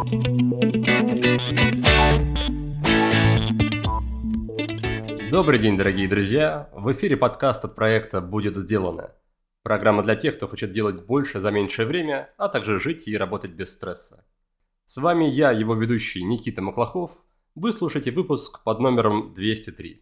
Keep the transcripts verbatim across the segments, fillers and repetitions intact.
Добрый день, дорогие друзья! В эфире подкаст от проекта «Будет сделано». Программа для тех, кто хочет делать больше за меньшее время, а также жить и работать без стресса. С вами я, его ведущий Никита Маклахов. Вы слушаете выпуск под номером двести три.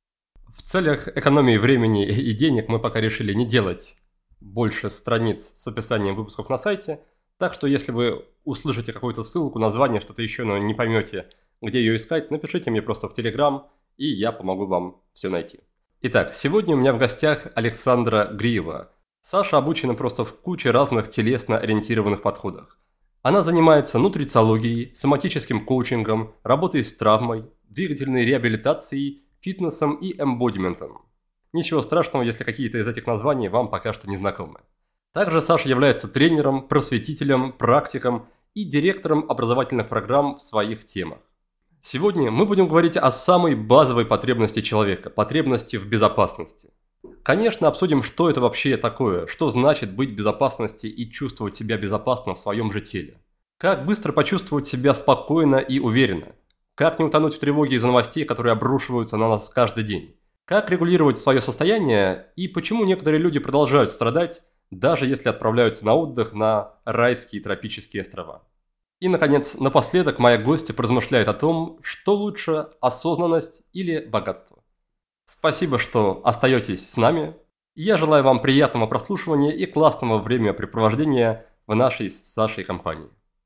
В целях экономии времени и денег мы пока решили не делать больше страниц с описанием выпусков на сайте, так что если вы услышите какую-то ссылку, название, что-то еще, но не поймете, где ее искать, напишите мне просто в Telegram, и я помогу вам все найти. Итак, сегодня у меня в гостях Александра Гриева. Саша обучена просто в куче разных телесно-ориентированных подходах. Она занимается нутрициологией, соматическим коучингом, работой с травмой, двигательной реабилитацией, фитнесом и эмбодиментом. Ничего страшного, если какие-то из этих названий вам пока что не знакомы. Также Саша является тренером, просветителем, практиком и директором образовательных программ в своих темах. Сегодня мы будем говорить о самой базовой потребности человека – потребности в безопасности. Конечно, обсудим, что это вообще такое, что значит быть в безопасности и чувствовать себя безопасно в своем же теле. Как быстро почувствовать себя спокойно и уверенно. Как не утонуть в тревоге из-за новостей, которые обрушиваются на нас каждый день. Как регулировать свое состояние и почему некоторые люди продолжают страдать, даже если отправляются на отдых на райские тропические острова. И, наконец, напоследок моя гостья поразмышляет о том, что лучше – осознанность или богатство. Спасибо, что остаетесь с нами. Я желаю вам приятного прослушивания и классного времяпрепровождения в нашей с Сашей компании.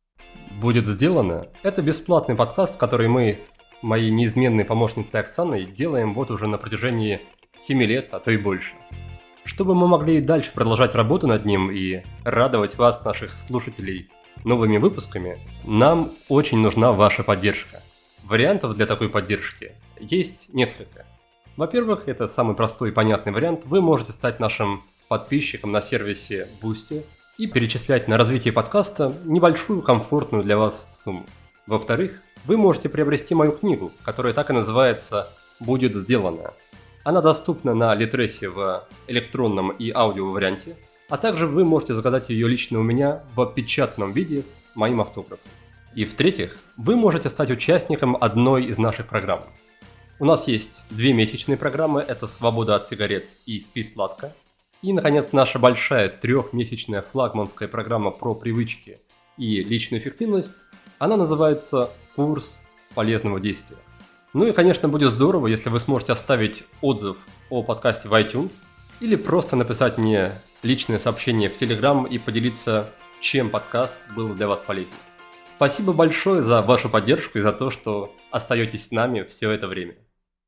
«Будет сделано» – это бесплатный подкаст, который мы с моей неизменной помощницей Оксаной делаем вот уже на протяжении семи лет, а то и больше. Чтобы мы могли и дальше продолжать работу над ним и радовать вас, наших слушателей, новыми выпусками, нам очень нужна ваша поддержка. Вариантов для такой поддержки есть несколько. Во-первых, это самый простой и понятный вариант. Вы можете стать нашим подписчиком на сервисе Boosty и перечислять на развитие подкаста небольшую, комфортную для вас сумму. Во-вторых, вы можете приобрести мою книгу, которая так и называется «Будет сделано». Она доступна на Литресе в электронном и аудио варианте, а также вы можете заказать ее лично у меня в печатном виде с моим автографом. И в-третьих, вы можете стать участником одной из наших программ. У нас есть две месячные программы, это «Свобода от сигарет» и «Спи сладко». И, наконец, наша большая трехмесячная флагманская программа про привычки и личную эффективность, она называется «Курс полезного действия». Ну и, конечно, будет здорово, если вы сможете оставить отзыв о подкасте в iTunes или просто написать мне личное сообщение в Telegram и поделиться, чем подкаст был для вас полезен. Спасибо большое за вашу поддержку и за то, что остаетесь с нами все это время.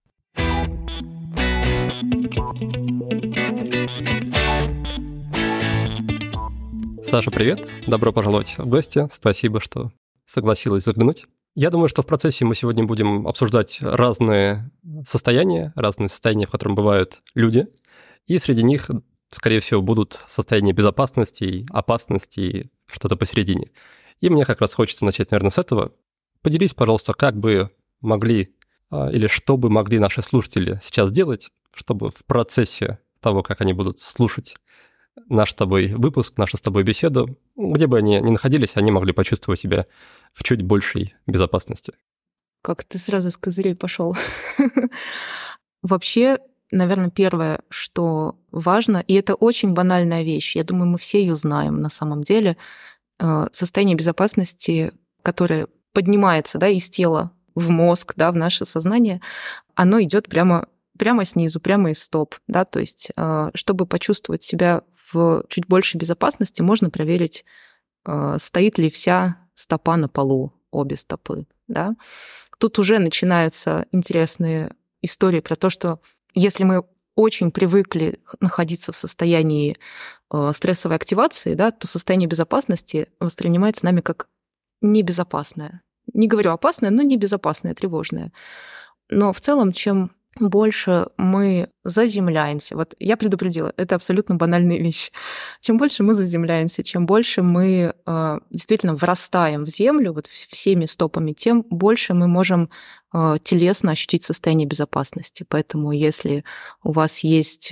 Саша, привет! Добро пожаловать в гости. Спасибо, что согласилась заглянуть. Я думаю, что в процессе мы сегодня будем обсуждать разные состояния, разные состояния, в котором бывают люди. И среди них, скорее всего, будут состояния безопасности, опасности и что-то посередине. И мне как раз хочется начать, наверное, с этого. Поделись, пожалуйста, как бы могли или что бы могли наши слушатели сейчас делать, чтобы в процессе того, как они будут слушать наш с тобой выпуск, нашу с тобой беседу, где бы они ни находились, они могли почувствовать себя в чуть большей безопасности. Как ты сразу с козырей пошел. Вообще, наверное, первое, что важно, и это очень банальная вещь, я думаю, мы все ее знаем на самом деле, состояние безопасности, которое поднимается, да, из тела в мозг, да, в наше сознание, оно идет прямо, прямо снизу, прямо из стоп. Да, то есть, чтобы почувствовать себя в чуть большей безопасности, можно проверить, стоит ли вся стопа на полу, обе стопы. Да. Тут уже начинаются интересные истории про то, что если мы очень привыкли находиться в состоянии стрессовой активации, да, то состояние безопасности воспринимается нами как небезопасное. Не говорю опасное, но небезопасное, тревожное. Но в целом, чем больше мы заземляемся, вот я предупредила, это абсолютно банальная вещь, чем больше мы заземляемся, чем больше мы э, действительно врастаем в землю вот всеми стопами, тем больше мы можем э, телесно ощутить состояние безопасности. Поэтому если у вас есть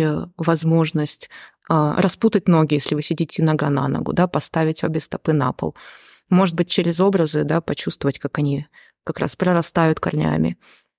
возможность э, распутать ноги, если вы сидите нога на ногу, да, поставить обе стопы на пол, может быть, через образы, да, почувствовать, как они как раз прорастают корнями.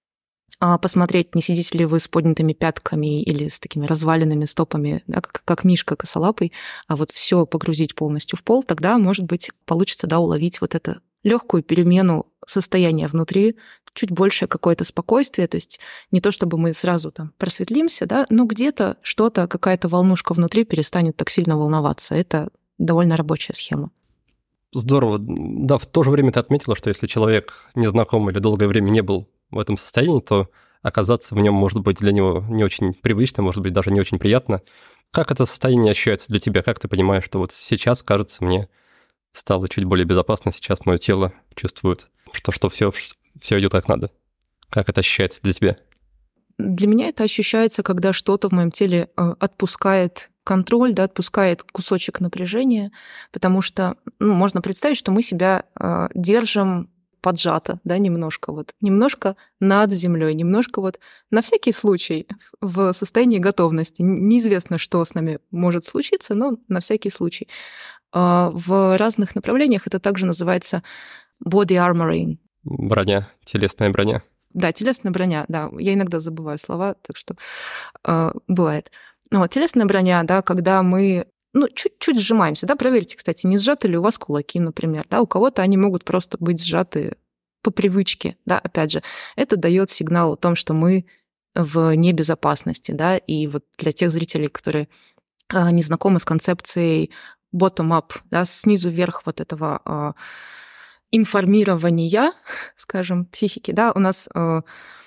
А посмотреть, не сидите ли вы с поднятыми пятками или с такими разваленными стопами, да, как, как мишка косолапый, а вот все погрузить полностью в пол, тогда, может быть, получится, да, уловить вот эту легкую перемену состояния внутри, чуть большее какое-то спокойствие, то есть не то чтобы мы сразу там просветлимся, да, но где-то что-то, какая-то волнушка внутри перестанет так сильно волноваться. Это довольно рабочая схема. Здорово. Да, в то же время ты отметила, что если человек незнакомый или долгое время не был в этом состоянии, то оказаться в нем может быть для него не очень привычно, может быть, даже не очень приятно. Как это состояние ощущается для тебя? Как ты понимаешь, что вот сейчас, кажется, мне стало чуть более безопасно, сейчас мое тело чувствует, что, что все, все идет как надо? Как это ощущается для тебя? Для меня это ощущается, когда что-то в моем теле отпускает контроль, да, отпускает кусочек напряжения, потому что ну, можно представить, что мы себя э, держим поджато, да, немножко вот, немножко над землей, немножко вот на всякий случай в состоянии готовности. Неизвестно, что с нами может случиться, но на всякий случай. Э, в разных направлениях это также называется body armoring. Броня, телесная броня. Да, телесная броня, да. Я иногда забываю слова, так что э, бывает. Вот, телесная броня, да, когда мы ну, чуть-чуть сжимаемся, да, проверьте, кстати, не сжаты ли у вас кулаки, например, да, у кого-то они могут просто быть сжаты по привычке, да, опять же, это дает сигнал о том, что мы в небезопасности, да, и вот для тех зрителей, которые э, не знакомы с концепцией bottom-up, да, снизу вверх вот этого э, информирования, скажем, психики, да, у нас э,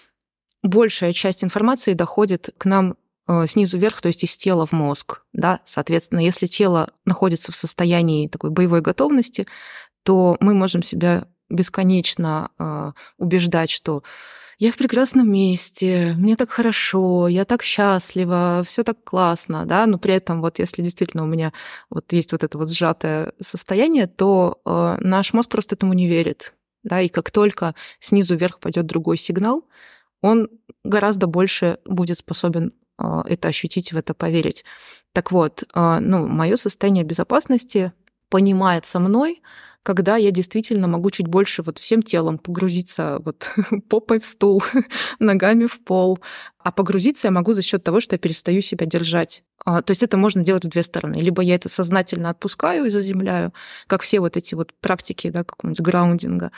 большая часть информации доходит к нам снизу вверх, то есть из тела в мозг. Да? Соответственно, если тело находится в состоянии такой боевой готовности, то мы можем себя бесконечно э, убеждать, что я в прекрасном месте, мне так хорошо, я так счастлива, все так классно, да, но при этом вот если действительно у меня вот есть вот это вот сжатое состояние, то э, наш мозг просто этому не верит, да, и как только снизу вверх пойдет другой сигнал, он гораздо больше будет способен это ощутить, в это поверить. Так вот, ну, мое состояние безопасности понимает со мной, когда я действительно могу чуть больше вот всем телом погрузиться вот попой в стул, ногами в пол. А погрузиться я могу за счет того, что я перестаю себя держать. То есть это можно делать в две стороны. Либо я это сознательно отпускаю и заземляю, как все вот эти вот практики, да, какого-нибудь граундинга.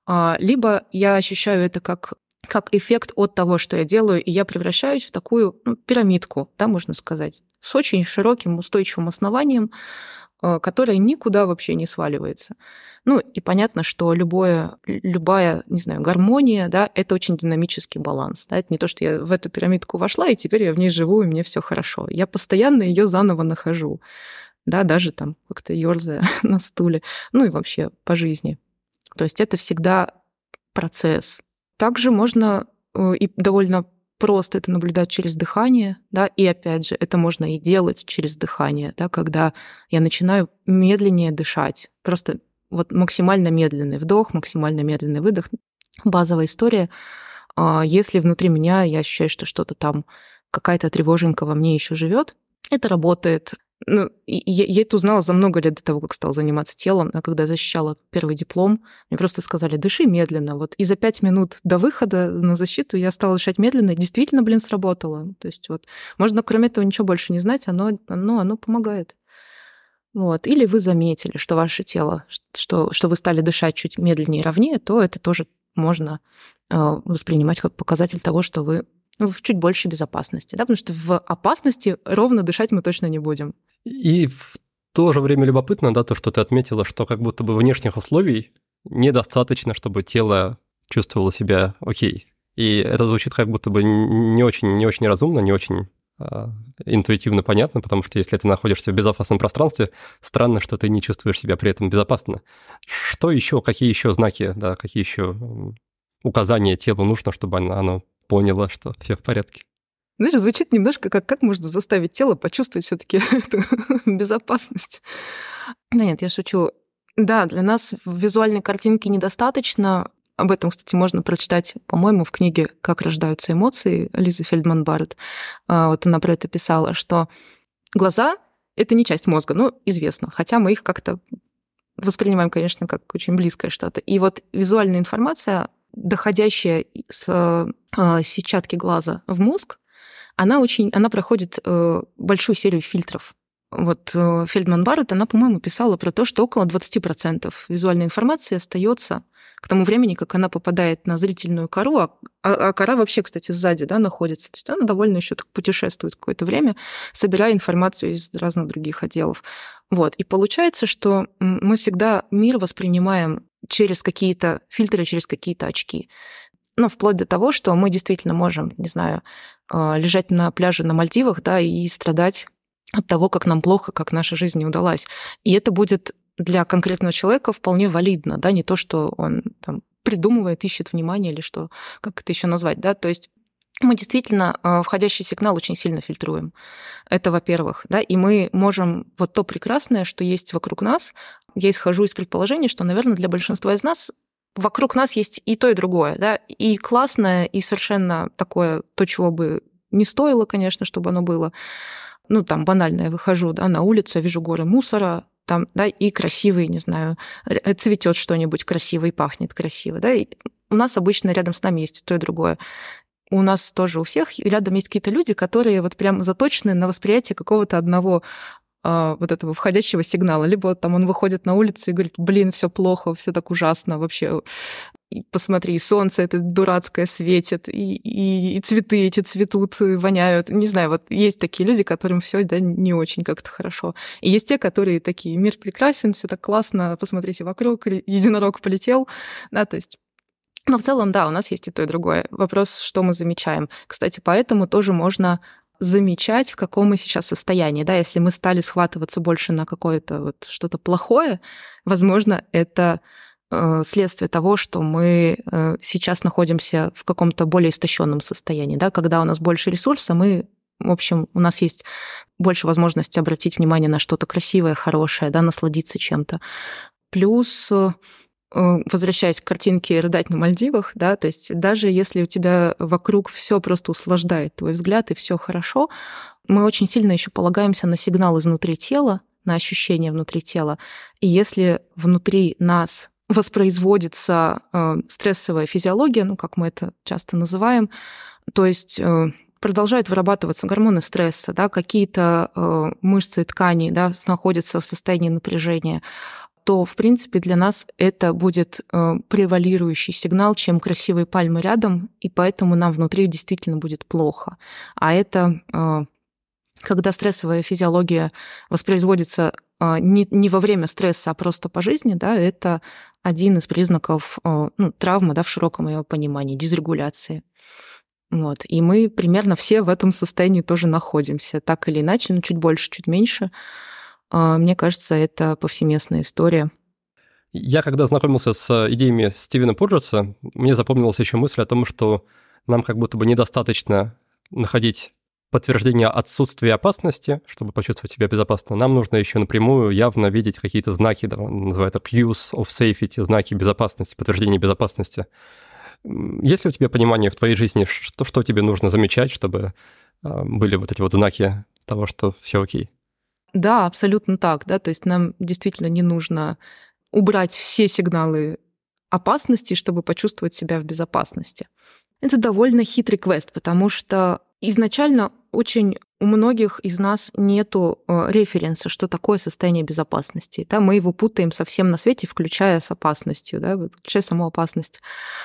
Либо я ощущаю это как как эффект от того, что я делаю, и я превращаюсь в такую ну, пирамидку, да, можно сказать, с очень широким устойчивым основанием, которое никуда вообще не сваливается. Ну, и понятно, что любое, любая, не знаю, гармония, да, это очень динамический баланс. Да? Это не то, что я в эту пирамидку вошла, и теперь я в ней живу, и мне все хорошо. Я постоянно ее заново нахожу, да, даже там как-то ёрзая на стуле, ну и вообще по жизни. То есть это всегда процесс. Также можно и довольно просто это наблюдать через дыхание, да, и опять же, это можно и делать через дыхание, да, когда я начинаю медленнее дышать, просто вот максимально медленный вдох, максимально медленный выдох, базовая история. Если внутри меня я ощущаю, что что-то там, какая-то тревоженька во мне еще живет, это работает. Ну, я, я это узнала за много лет до того, как стала заниматься телом. А когда защищала первый диплом, мне просто сказали, дыши медленно. Вот. И за пять минут до выхода на защиту я стала дышать медленно. И действительно, блин, сработало. То есть вот можно кроме этого ничего больше не знать, оно, оно, оно помогает. Вот. Или вы заметили, что ваше тело, что, что вы стали дышать чуть медленнее и ровнее, то это тоже можно воспринимать как показатель того, что вы в чуть большей безопасности, да, потому что в опасности ровно дышать мы точно не будем. И в то же время любопытно, да, то, что ты отметила, что как будто бы внешних условий недостаточно, чтобы тело чувствовало себя окей. И это звучит как будто бы не очень, не очень разумно, не очень а, интуитивно понятно, потому что если ты находишься в безопасном пространстве, странно, что ты не чувствуешь себя при этом безопасно. Что еще, какие еще знаки, да, какие еще указания телу нужно, чтобы оно, оно поняло, что все в порядке? Знаешь, звучит немножко как как можно заставить тело почувствовать все-таки эту безопасность. Да нет, я шучу. Да, для нас визуальной картинки недостаточно. Об этом, кстати, можно прочитать, по-моему, в книге «Как рождаются эмоции» Лизы Фельдман-Барретт. Вот она про это писала, что глаза — это не часть мозга, ну, известно, хотя мы их как-то воспринимаем, конечно, как очень близкое что-то. И вот визуальная информация, доходящая с сетчатки глаза в мозг, она, очень, она проходит большую серию фильтров. Вот Фельдман Барретт, она, по-моему, писала про то, что около двадцать процентов визуальной информации остается к тому времени, как она попадает на зрительную кору, а, а кора вообще, кстати, сзади, да, находится. То есть она довольно еще так путешествует какое-то время, собирая информацию из разных других отделов. Вот. И получается, что мы всегда мир воспринимаем через какие-то фильтры, через какие-то очки. Ну, вплоть до того, что мы действительно можем, не знаю, лежать на пляже на Мальдивах, да, и страдать от того, как нам плохо, как наша жизнь не удалась. И это будет для конкретного человека вполне валидно, да, не то, что он там придумывает, ищет внимание или что, как это еще назвать, да, то есть мы действительно входящий сигнал очень сильно фильтруем. Это, во-первых, да, и мы можем вот то прекрасное, что есть вокруг нас, я исхожу из предположения, что, наверное, для большинства из нас вокруг нас есть и то, и другое, да, и классное, и совершенно такое, то, чего бы не стоило, конечно, чтобы оно было. Ну, там банально я выхожу, да, на улицу, я вижу горы мусора, там, да, и красивый, не знаю, цветет что-нибудь красиво и пахнет красиво, да, и у нас обычно рядом с нами есть и то, и другое. У нас тоже у всех рядом есть какие-то люди, которые вот прям заточены на восприятие какого-то одного а, вот этого входящего сигнала. Либо там он выходит на улицу и говорит, блин, все плохо, все так ужасно вообще. И посмотри, солнце это дурацкое светит, и, и, и цветы эти цветут, воняют. Не знаю, вот есть такие люди, которым все, да, не очень как-то хорошо. И есть те, которые такие, мир прекрасен, все так классно, посмотрите вокруг, единорог полетел. Да, то есть... Но в целом, да, у нас есть и то, и другое. Вопрос, что мы замечаем. Кстати, поэтому тоже можно замечать, в каком мы сейчас состоянии. Да, если мы стали схватываться больше на какое-то вот что-то плохое, возможно, это следствие того, что мы сейчас находимся в каком-то более истощенном состоянии. Да? Когда у нас больше ресурса, мы, в общем, у нас есть больше возможности обратить внимание на что-то красивое, хорошее, да, насладиться чем-то. Плюс, возвращаясь к картинке «Рыдать на Мальдивах», да, то есть даже если у тебя вокруг все просто услаждает твой взгляд и все хорошо, мы очень сильно еще полагаемся на сигнал изнутри тела, на ощущения внутри тела. И если внутри нас воспроизводится э, стрессовая физиология, ну, как мы это часто называем, то есть э, продолжают вырабатываться гормоны стресса, да, какие-то э, мышцы и ткани, да, находятся в состоянии напряжения, то, в принципе, для нас это будет э, превалирующий сигнал, чем красивые пальмы рядом, и поэтому нам внутри действительно будет плохо. А это, э, когда стрессовая физиология воспроизводится Не, не во время стресса, а просто по жизни, да, это один из признаков ну, травмы, да, в широком ее понимании, дисрегуляции. Вот. И мы примерно все в этом состоянии тоже находимся, так или иначе, ну, чуть больше, чуть меньше. Мне кажется, это повсеместная история. Я, когда знакомился с идеями Стивена Порджеса, мне запомнилась еще мысль о том, что нам как будто бы недостаточно находить подтверждение отсутствия опасности, чтобы почувствовать себя безопасно, нам нужно еще напрямую явно видеть какие-то знаки, да, называют это cues of safety, знаки безопасности, подтверждение безопасности. Есть ли у тебя понимание в твоей жизни, что, что тебе нужно замечать, чтобы были вот эти вот знаки того, что все окей? Да, абсолютно так, да, то есть нам действительно не нужно убрать все сигналы опасности, чтобы почувствовать себя в безопасности. Это довольно хитрый квест, потому что изначально очень у многих из нас нету референса, что такое состояние безопасности. Да, мы его путаем со всем на свете, включая с опасностью, да, включая саму опасность.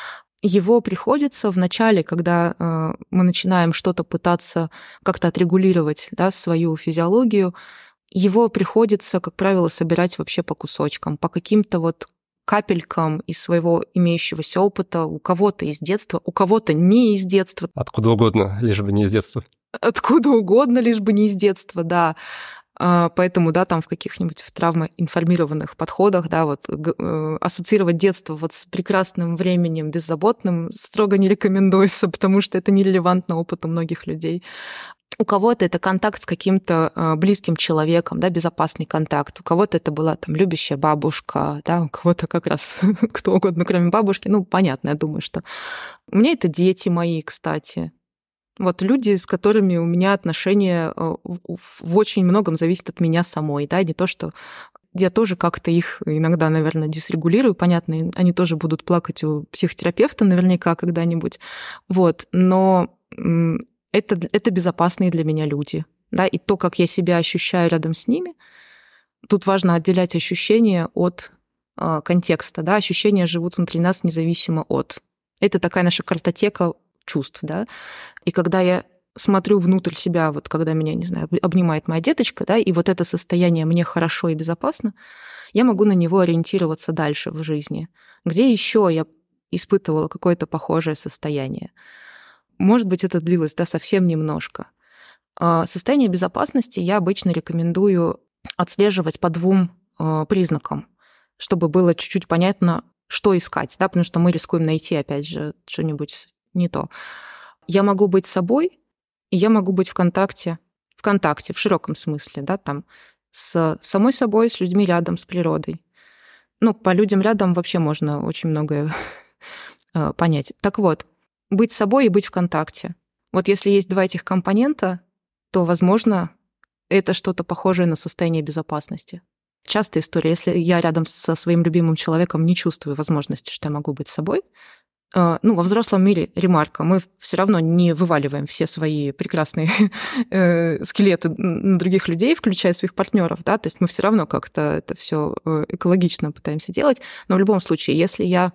Его приходится в начале, когда мы начинаем что-то пытаться как-то отрегулировать, да, свою физиологию, его приходится, как правило, собирать вообще по кусочкам, по каким-то вот капелькам из своего имеющегося опыта, у кого-то из детства, у кого-то не из детства. Откуда угодно, лишь бы не из детства. Откуда угодно, лишь бы не из детства, да. Поэтому, да, там в каких-нибудь в травмоинформированных подходах, да, вот ассоциировать детство вот с прекрасным временем, беззаботным строго не рекомендуется, потому что это нерелевантно опыту многих людей. У кого-то это контакт с каким-то близким человеком, да, безопасный контакт. У кого-то это была там любящая бабушка, да, у кого-то как раз кто угодно, кроме бабушки. Ну, понятно, я думаю, что... У меня это дети мои, кстати. Вот люди, с которыми у меня отношения в очень многом зависят от меня самой, да, не то, что я тоже как-то их иногда, наверное, дисрегулирую. Понятно, они тоже будут плакать у психотерапевта наверняка когда-нибудь. Вот. Но это, это безопасные для меня люди. Да? И то, как я себя ощущаю рядом с ними, тут важно отделять ощущения от э, контекста. Да? Ощущения живут внутри нас независимо от. Это такая наша картотека чувств. Да? И когда я смотрю внутрь себя, вот когда меня, не знаю, обнимает моя деточка, да, и вот это состояние мне хорошо и безопасно, я могу на него ориентироваться дальше в жизни. Где еще я испытывала какое-то похожее состояние? Может быть, это длилось, да, совсем немножко. Состояние безопасности я обычно рекомендую отслеживать по двум признакам, чтобы было чуть-чуть понятно, что искать, да, потому что мы рискуем найти, опять же, что-нибудь не то. Я могу быть собой, и я могу быть в контакте, в контакте, в широком смысле, да, там, с самой собой, с людьми рядом, с природой. Ну, по людям рядом вообще можно очень многое понять. Так вот, быть собой и быть в контакте. Вот если есть два этих компонента, то, возможно, это что-то похожее на состояние безопасности. Частая история. Если я рядом со своим любимым человеком не чувствую возможности, что я могу быть собой, ну, во взрослом мире ремарка. Мы все равно не вываливаем все свои прекрасные скелеты на других людей, включая своих партнеров, да, то есть мы все равно как-то это все экологично пытаемся делать. Но в любом случае, если я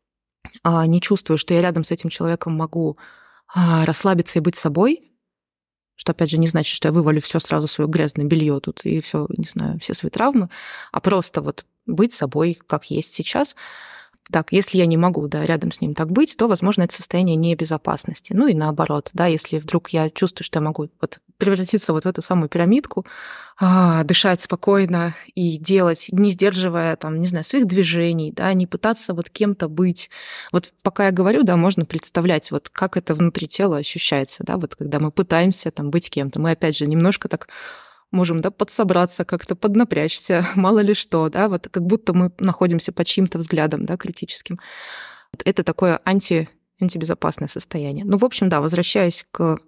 не чувствую, что я рядом с этим человеком могу расслабиться и быть собой, что, опять же, не значит, что я вывалю все сразу свое грязное белье тут и все, не знаю, все свои травмы, а просто вот быть собой, как есть сейчас. Так, если я не могу, да, рядом с ним так быть, то, возможно, это состояние небезопасности. Ну и наоборот, да, если вдруг я чувствую, что я могу вот превратиться вот в эту самую пирамидку, а, дышать спокойно и делать, не сдерживая, там, не знаю, своих движений, да, не пытаться вот кем-то быть. Вот пока я говорю, да, можно представлять, вот как это внутри тела ощущается, да, вот когда мы пытаемся там быть кем-то. Мы, опять же, немножко так можем, да, подсобраться, как-то поднапрячься, мало ли что, да, вот как будто мы находимся под чьим-то взглядом, да, критическим. Это такое анти, антибезопасное состояние. Ну, в общем, да, возвращаясь к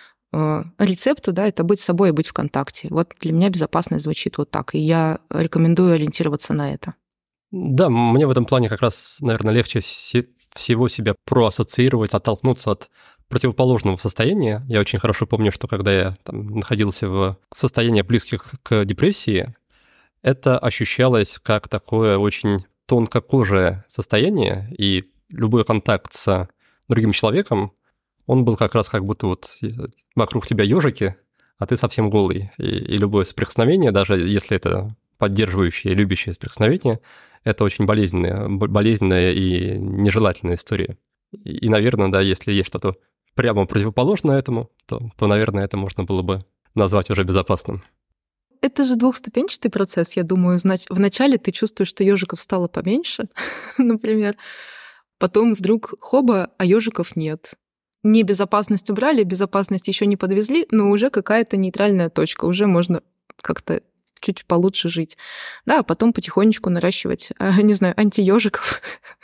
э, рецепту, да, это быть собой и быть в контакте. Вот для меня безопасность звучит вот так, и я рекомендую ориентироваться на это. Да, мне в этом плане как раз, наверное, легче всего себя проассоциировать, оттолкнуться от противоположного состояния. Я очень хорошо помню, что когда я там находился в состоянии близких к депрессии, это ощущалось как такое очень тонкокожее состояние, и любой контакт с другим человеком, он был как раз как будто вот вокруг тебя ежики, а ты совсем голый. И, и любое соприкосновение, даже если это поддерживающее, любящее соприкосновение, это очень болезненная, болезненная и нежелательная история. И, и, наверное, да, если есть что-то прямо противоположное этому, то, то, наверное, это можно было бы назвать уже безопасным. Это же двухступенчатый процесс, я думаю. Значит, вначале ты чувствуешь, что ежиков стало поменьше, например. Потом вдруг хоба, а ежиков нет. Небезопасность убрали, безопасность еще не подвезли, но уже какая-то нейтральная точка. Уже можно как-то чуть получше жить. Да, а потом потихонечку наращивать, не знаю, антиёжиков.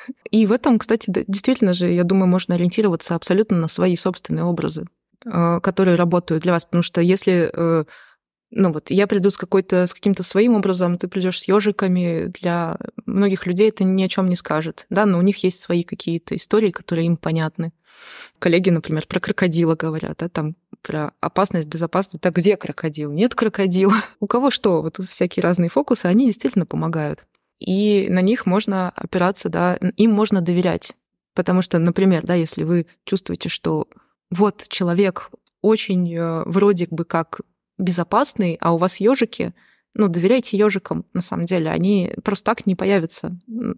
И в этом, кстати, действительно же, я думаю, можно ориентироваться абсолютно на свои собственные образы, которые работают для вас. Потому что если, ну вот, я приду с, какой-то, с каким-то своим образом, ты придешь с ежиками, для многих людей это ни о чем не скажет. Да, но у них есть свои какие-то истории, которые им понятны. Коллеги, например, про крокодила говорят, да, там про опасность, безопасность. Так где крокодил? Нет крокодила. У кого что? Вот всякие разные фокусы, они действительно помогают. И на них можно опираться, да, им можно доверять. Потому что, например, да, если вы чувствуете, что вот человек очень вроде бы как безопасный, а у вас ежики, ну, доверяйте ежикам, на самом деле, они просто так не появятся.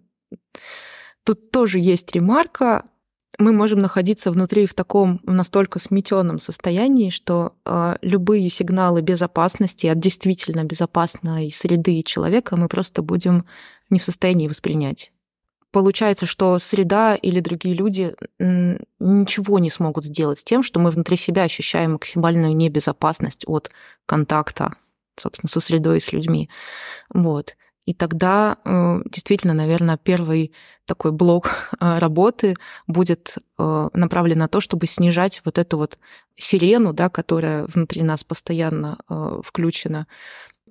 Тут тоже есть ремарка. Мы можем находиться внутри в таком настолько сметенном состоянии, что э, любые сигналы безопасности от действительно безопасной среды человека мы просто будем не в состоянии воспринять. Получается, что среда или другие люди ничего не смогут сделать с тем, что мы внутри себя ощущаем максимальную небезопасность от контакта, собственно, со средой и с людьми. Вот. И тогда действительно, наверное, первый такой блок работы будет направлен на то, чтобы снижать вот эту вот сирену, да, которая внутри нас постоянно включена,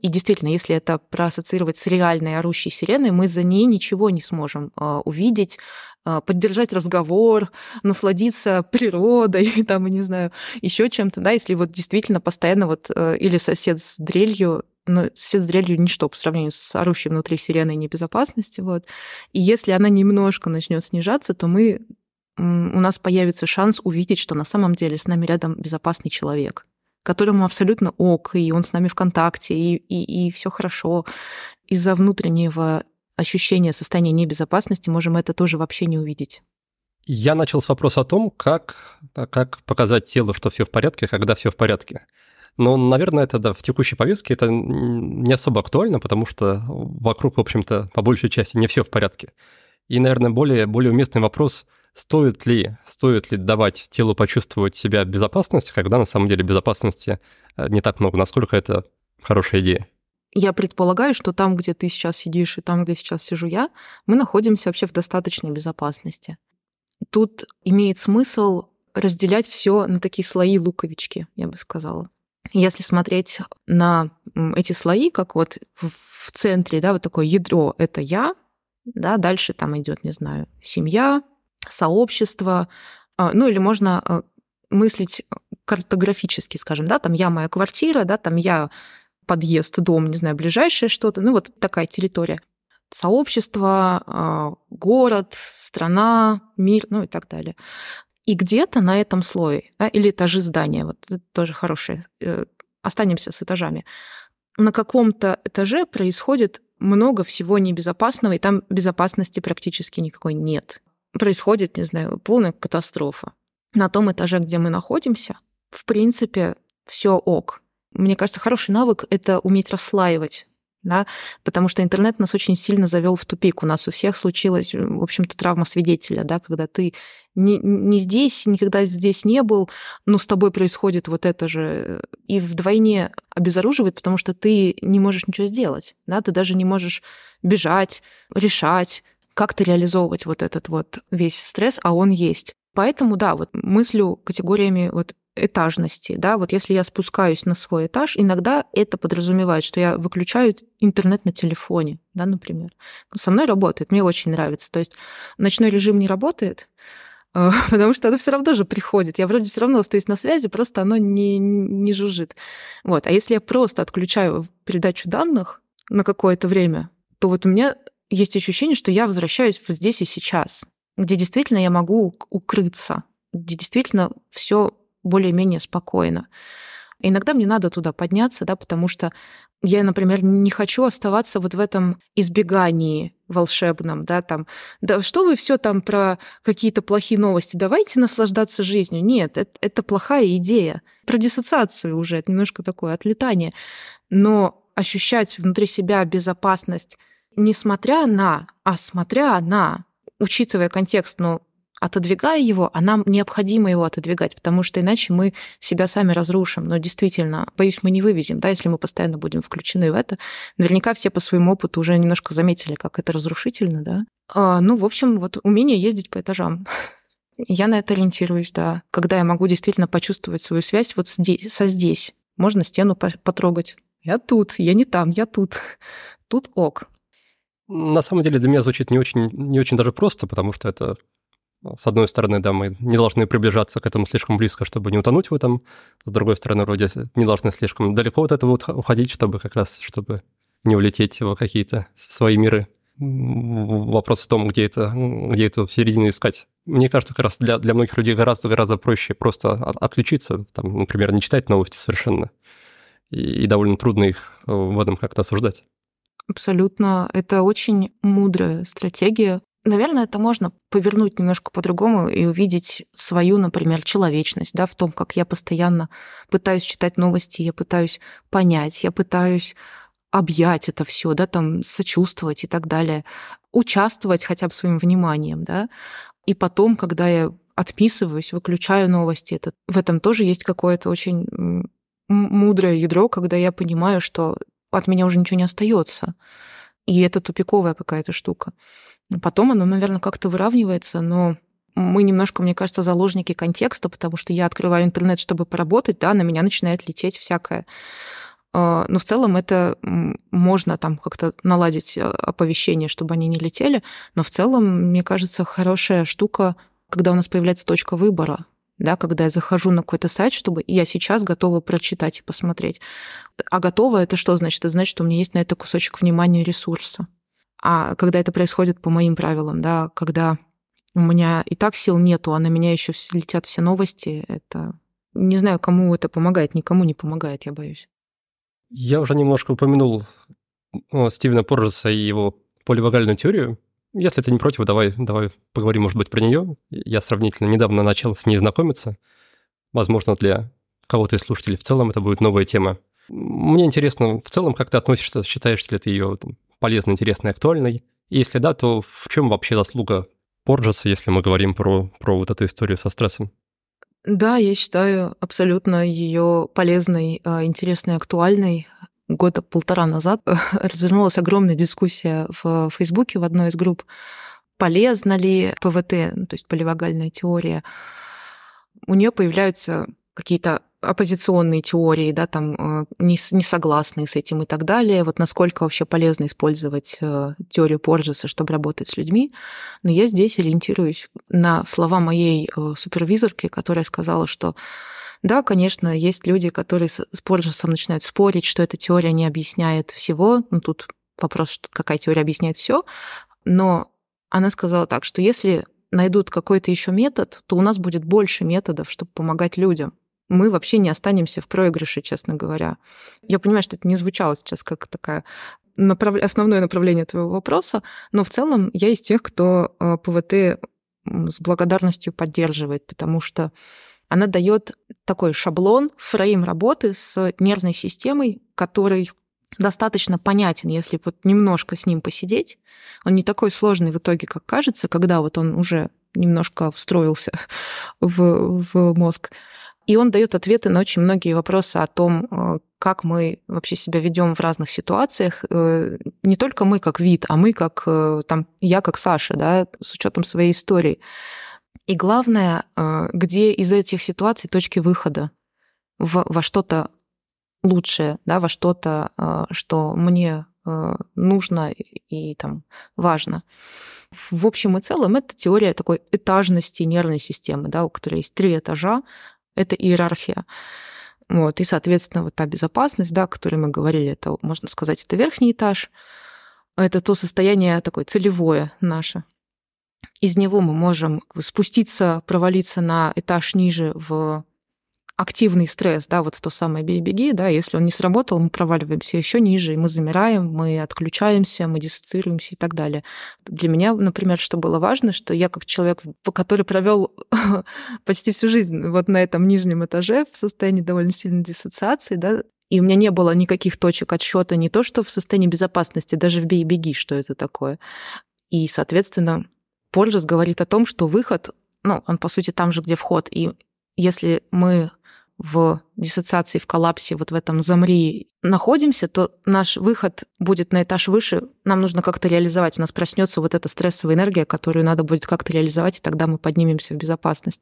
И действительно, если это проассоциировать с реальной орущей сиреной, мы за ней ничего не сможем увидеть, поддержать разговор, насладиться природой, там, не знаю, еще чем-то, да, если вот действительно постоянно вот или сосед с дрелью, но сосед с дрелью ничто по сравнению с орущей внутри сиреной небезопасности, вот. И если она немножко начнет снижаться, то мы, у нас появится шанс увидеть, что на самом деле с нами рядом безопасный человек, которому абсолютно ок, и он с нами в контакте, и, и, и все хорошо. Из-за внутреннего ощущения состояния небезопасности можем это тоже вообще не увидеть. Я начал с вопроса о том, как, как показать телу, что все в порядке, когда все в порядке. Но, наверное, это да, в текущей повестке это не особо актуально, потому что вокруг, в общем-то, по большей части не все в порядке. И, наверное, более, более уместный вопрос: Стоит ли, стоит ли давать телу почувствовать себя в безопасности, когда на самом деле безопасности не так много? Насколько это хорошая идея? Я предполагаю, что там, где ты сейчас сидишь, и там, где сейчас сижу я, мы находимся вообще в достаточной безопасности. Тут имеет смысл разделять все на такие слои-луковички, я бы сказала. Если смотреть на эти слои, как вот в центре, да, вот такое ядро — это я, да, дальше там идет, не знаю, семья, сообщество, ну или можно мыслить картографически, скажем, да, там я моя квартира, да, там я подъезд, дом, не знаю, ближайшее что-то, ну вот такая территория. Сообщество, город, страна, мир, ну и так далее. И где-то на этом слое, да, или этажи здания, вот это тоже хорошее, останемся с этажами, на каком-то этаже происходит много всего небезопасного, и там безопасности практически никакой нет. Происходит, не знаю, полная катастрофа. На том этаже, где мы находимся, в принципе, все ок. Мне кажется, хороший навык — это уметь расслаивать, да, потому что интернет нас очень сильно завел в тупик. У нас у всех случилась, в общем-то, травма свидетеля, да, когда ты не, не здесь, никогда здесь не был, но с тобой происходит вот это же, и вдвойне обезоруживает, потому что ты не можешь ничего сделать, да, ты даже не можешь бежать, решать, как-то реализовывать вот этот вот весь стресс, а он есть. Поэтому, да, вот мыслю категориями вот этажности, да, вот если я спускаюсь на свой этаж, иногда это подразумевает, что я выключаю интернет на телефоне, да, например. Со мной работает, мне очень нравится. То есть ночной режим не работает, потому что оно все равно же приходит. Я вроде все равно остаюсь на связи, просто оно не, не жужжит. Вот. А если я просто отключаю передачу данных на какое-то время, то вот у меня есть ощущение, что я возвращаюсь в здесь и сейчас, где действительно я могу укрыться, где действительно все более-менее спокойно. И иногда мне надо туда подняться, да, потому что я, например, не хочу оставаться вот в этом избегании волшебном, да, там, да что вы все там про какие-то плохие новости, давайте наслаждаться жизнью. Нет, это, это плохая идея. Про диссоциацию уже, это немножко такое отлетание. Но ощущать внутри себя безопасность, несмотря на, а смотря на, учитывая контекст, ну, отодвигая его, а нам необходимо его отодвигать, потому что иначе мы себя сами разрушим. Но действительно, боюсь, мы не вывезем, да, если мы постоянно будем включены в это. Наверняка все по своему опыту уже немножко заметили, как это разрушительно, да. А, ну, в общем, вот умение ездить по этажам. Я на это ориентируюсь, да. Когда я могу действительно почувствовать свою связь вот здесь, со здесь. Можно стену потрогать. Я тут, я не там, я тут. Тут ок. На самом деле для меня звучит не очень, не очень даже просто, потому что это... С одной стороны, да, мы не должны приближаться к этому слишком близко, чтобы не утонуть в этом. С другой стороны, вроде не должны слишком далеко от этого уходить, чтобы как раз, чтобы не улететь в какие-то свои миры. Вопрос в том, где это, где эту середину искать. Мне кажется, как раз для, для многих людей гораздо-гораздо проще просто отключиться, там, например, не читать новости совершенно. И, и довольно трудно их в этом как-то осуждать. Абсолютно. Это очень мудрая стратегия. Наверное, это можно повернуть немножко по-другому и увидеть свою, например, человечность, да, в том, как я постоянно пытаюсь читать новости, я пытаюсь понять, я пытаюсь объять это все, да, там, сочувствовать и так далее, участвовать хотя бы своим вниманием, да. И потом, когда я отписываюсь, выключаю новости, это, в этом тоже есть какое-то очень мудрое ядро, когда я понимаю, что от меня уже ничего не остается. И это тупиковая какая-то штука. Потом оно, наверное, как-то выравнивается, но мы немножко, мне кажется, заложники контекста, потому что я открываю интернет, чтобы поработать, да, на меня начинает лететь всякое. Но в целом это можно там как-то наладить оповещение, чтобы они не летели. Но в целом, мне кажется, хорошая штука, когда у нас появляется точка выбора, да, когда я захожу на какой-то сайт, чтобы я сейчас готова прочитать и посмотреть. А готова — это что значит? Это значит, что у меня есть на это кусочек внимания и ресурса. А когда это происходит по моим правилам, да, когда у меня и так сил нету, а на меня еще летят все новости, это... Не знаю, кому это помогает, никому не помогает, я боюсь. Я уже немножко упомянул о, Стивена Порджеса и его поливагальную теорию. Если ты не против, давай, давай поговорим, может быть, про нее. Я сравнительно недавно начал с ней знакомиться. Возможно, для кого-то из слушателей в целом это будет новая тема. Мне интересно, в целом, как ты относишься, считаешь ли ты ее полезной, интересной, актуальной? И если да, то в чем вообще заслуга Порджеса, если мы говорим про, про вот эту историю со стрессом? Да, я считаю абсолютно ее полезной, интересной, актуальной. Года полтора назад развернулась огромная дискуссия в Фейсбуке в одной из групп. Полезна ли ПВТ, ну, то есть поливагальная теория? У нее появляются какие-то оппозиционные теории, да, там не, не согласные с этим и так далее. Вот насколько вообще полезно использовать теорию Порджеса, чтобы работать с людьми. Но я здесь ориентируюсь на слова моей супервизорки, которая сказала, что да, конечно, есть люди, которые с Порджесом начинают спорить, что эта теория не объясняет всего. Ну, тут вопрос, что какая теория объясняет все. Но она сказала так, что если найдут какой-то еще метод, то у нас будет больше методов, чтобы помогать людям. Мы вообще не останемся в проигрыше, честно говоря. Я понимаю, что это не звучало сейчас как такая направ... основное направление твоего вопроса, но в целом я из тех, кто ПВТ с благодарностью поддерживает, потому что она дает такой шаблон, фрейм работы с нервной системой, который достаточно понятен, если вот немножко с ним посидеть. Он не такой сложный в итоге, как кажется, когда вот он уже немножко встроился в, в мозг. И он дает ответы на очень многие вопросы о том, как мы вообще себя ведем в разных ситуациях. Не только мы как вид, а мы как там, я как Саша, да, с учетом своей истории. И главное, где из этих ситуаций точки выхода в, во что-то лучшее, да, во что-то, что мне нужно и там важно. В общем и целом это теория такой этажности нервной системы, да, у которой есть три этажа. Это иерархия. Вот. И, соответственно, вот та безопасность, да, о которой мы говорили, это, можно сказать, это верхний этаж. Это то состояние такое целевое наше. Из него мы можем спуститься, провалиться на этаж ниже в активный стресс, да, вот то самое бей-беги, да, если он не сработал, мы проваливаемся еще ниже, и мы замираем, мы отключаемся, мы диссоциируемся и так далее. Для меня, например, что было важно, что я как человек, который провел почти всю жизнь вот на этом нижнем этаже в состоянии довольно сильной диссоциации, да, и у меня не было никаких точек отсчета, не то что в состоянии безопасности, даже в бей-беги, что это такое. И, соответственно, Порджес говорит о том, что выход, ну, он, по сути, там же, где вход, и если мы в диссоциации, в коллапсе, вот в этом замри находимся, то наш выход будет на этаж выше, нам нужно как-то реализовать. У нас проснется вот эта стрессовая энергия, которую надо будет как-то реализовать, и тогда мы поднимемся в безопасность.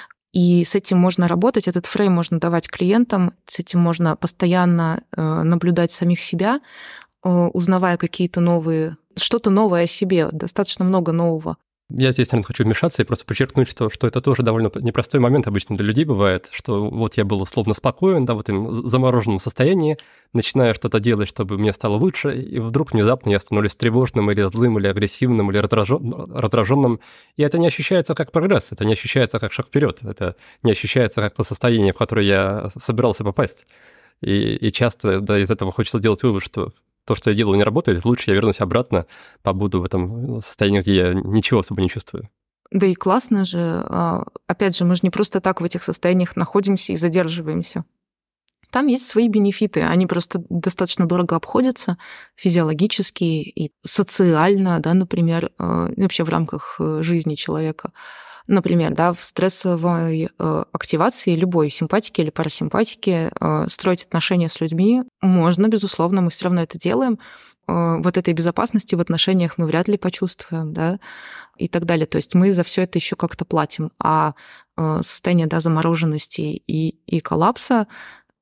И с этим можно работать, этот фрейм можно давать клиентам, с этим можно постоянно наблюдать самих себя, узнавая какие-то новые, что-то новое о себе, достаточно много нового. Я здесь, наверное, хочу вмешаться и просто подчеркнуть, что, что это тоже довольно непростой момент обычно для людей бывает, что вот я был условно спокоен, да, в этом замороженном состоянии, начинаю что-то делать, чтобы мне стало лучше, и вдруг внезапно я становлюсь тревожным или злым, или агрессивным, или раздраженным, и это не ощущается как прогресс, это не ощущается как шаг вперед, это не ощущается как то состояние, в которое я собирался попасть. И, и часто, да, из этого хочется сделать вывод, что то, что я делаю, не работает, лучше я вернусь обратно, побуду в этом состоянии, где я ничего особо не чувствую. Да и классно же. Опять же, мы же не просто так в этих состояниях находимся и задерживаемся. Там есть свои бенефиты, они просто достаточно дорого обходятся физиологически и социально, да, например, вообще в рамках жизни человека. Например, да, в стрессовой э, активации любой симпатики или парасимпатики э, строить отношения с людьми можно, безусловно, мы все равно это делаем. Э, вот этой безопасности в отношениях мы вряд ли почувствуем, да, и так далее. То есть мы за все это еще как-то платим. А э, состояние, да, замороженности и, и коллапса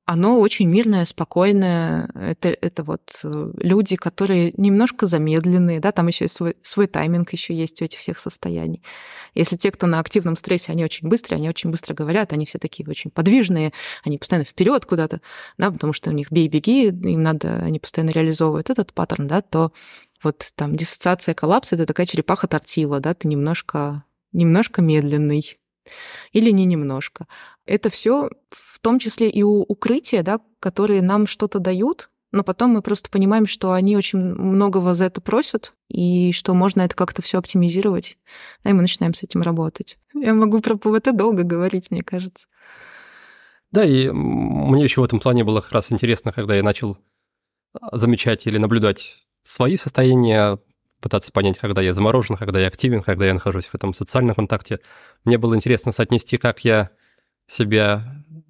оно очень мирное, спокойное. Это, это вот люди, которые немножко замедленные, да, там еще и свой, свой тайминг еще есть у этих всех состояний. Если те, кто на активном стрессе, они очень быстрые, они очень быстро говорят, они все такие очень подвижные, они постоянно вперед куда-то, да, потому что у них бей-беги, им надо, они постоянно реализовывают этот паттерн, да, то вот там диссоциация, коллапс — это такая черепаха-тортила, да, ты немножко, немножко медленный. Или не немножко. Это все в том числе и у укрытия, да, которые нам что-то дают, но потом мы просто понимаем, что они очень многого за это просят, и что можно это как-то все оптимизировать, да, и мы начинаем с этим работать. Я могу про ПВТ долго говорить, мне кажется. Да, и мне еще в этом плане было как раз интересно, когда я начал замечать или наблюдать свои состояния, пытаться понять, когда я заморожен, когда я активен, когда я нахожусь в этом социальном контакте. Мне было интересно соотнести, как я себя,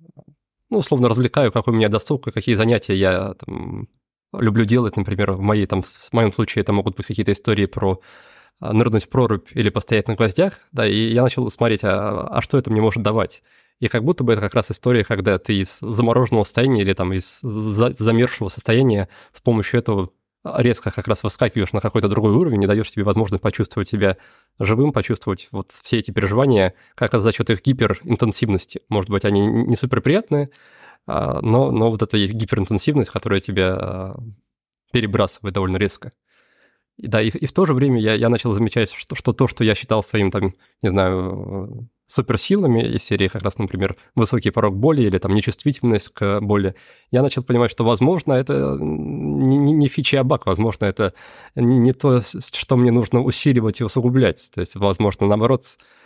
ну, условно, развлекаю, какой у меня досуг, какие занятия я там люблю делать. Например, в, моей, там, в моем случае это могут быть какие-то истории про нырнуть в прорубь или постоять на гвоздях, да, и я начал смотреть, а, а что это мне может давать. И как будто бы это как раз история, когда ты из замороженного состояния или там из замерзшего состояния с помощью этого резко как раз выскакиваешь на какой-то другой уровень и даешь себе возможность почувствовать себя живым, почувствовать вот все эти переживания как раз за счет их гиперинтенсивности. Может быть, они не суперприятные, но, но вот эта гиперинтенсивность, которая тебя перебрасывает довольно резко. И, да, и, и в то же время я, я начал замечать, что, что то, что я считал своим, там, не знаю, суперсилами из серии как раз, например, высокий порог боли или там нечувствительность к боли, я начал понимать, что, возможно, это не, не, не фича, а баг, возможно, это не то, что мне нужно усиливать и усугублять. То есть, возможно, наоборот,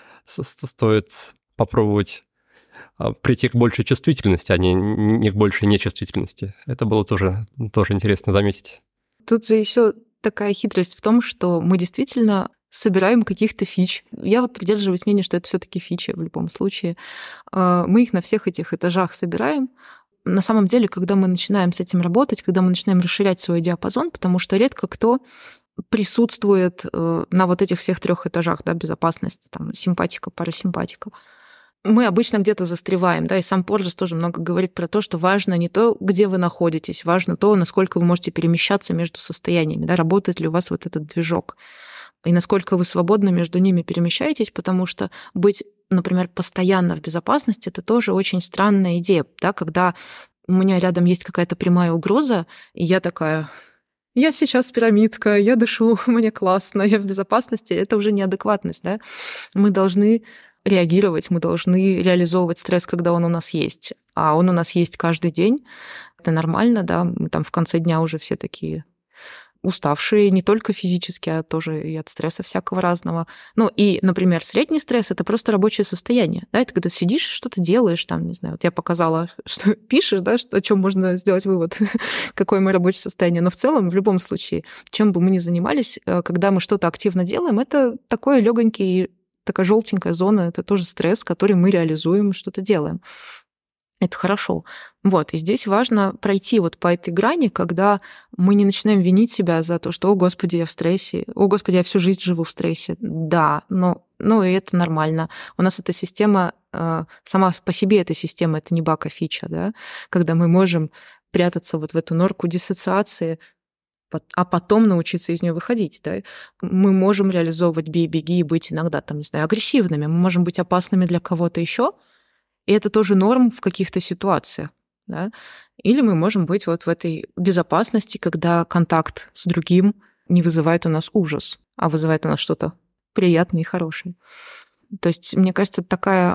стоит попробовать прийти к большей чувствительности, а не, не к большей нечувствительности. Это было тоже, тоже интересно заметить. Тут же еще такая хитрость в том, что мы действительно собираем каких-то фич. Я вот придерживаюсь мнения, что это все-таки фичи в любом случае. Мы их на всех этих этажах собираем. На самом деле, когда мы начинаем с этим работать, когда мы начинаем расширять свой диапазон, потому что редко кто присутствует на вот этих всех трех этажах, да, безопасности, там, симпатика, парасимпатика, мы обычно где-то застреваем, да, и сам Порджес тоже много говорит про то, что важно не то, где вы находитесь, важно то, насколько вы можете перемещаться между состояниями, да, работает ли у вас вот этот движок, и насколько вы свободно между ними перемещаетесь, потому что быть, например, постоянно в безопасности — это тоже очень странная идея, да, когда у меня рядом есть какая-то прямая угроза, и я такая: я сейчас пирамидка, я дышу, мне классно, я в безопасности, это уже неадекватность, да, мы должны реагировать, мы должны реализовывать стресс, когда он у нас есть. А он у нас есть каждый день. Это нормально, да. Мы там в конце дня уже все такие уставшие, не только физически, а тоже и от стресса всякого разного. Ну и, например, средний стресс — это просто рабочее состояние. Да? Это когда сидишь, что-то делаешь, там, не знаю, вот я показала, что пишешь, да, что, о чем можно сделать вывод, какое мое рабочее состояние. Но в целом, в любом случае, чем бы мы ни занимались, когда мы что-то активно делаем, это такой легонький, такая желтенькая зона, это тоже стресс, который мы реализуем, что-то делаем. Это хорошо. Вот, и здесь важно пройти вот по этой грани, когда мы не начинаем винить себя за то, что, о, Господи, я в стрессе, о, Господи, я всю жизнь живу в стрессе. Да, но, ну, и это нормально. У нас эта система, сама по себе эта система, это не баг, а фича, да, когда мы можем прятаться вот в эту норку диссоциации, а потом научиться из нее выходить. Да? Мы можем реализовывать бей-беги и быть иногда, там, не знаю, агрессивными, мы можем быть опасными для кого-то еще, и это тоже норм в каких-то ситуациях. Да? Или мы можем быть вот в этой безопасности, когда контакт с другим не вызывает у нас ужас, а вызывает у нас что-то приятное и хорошее. То есть, мне кажется, такая,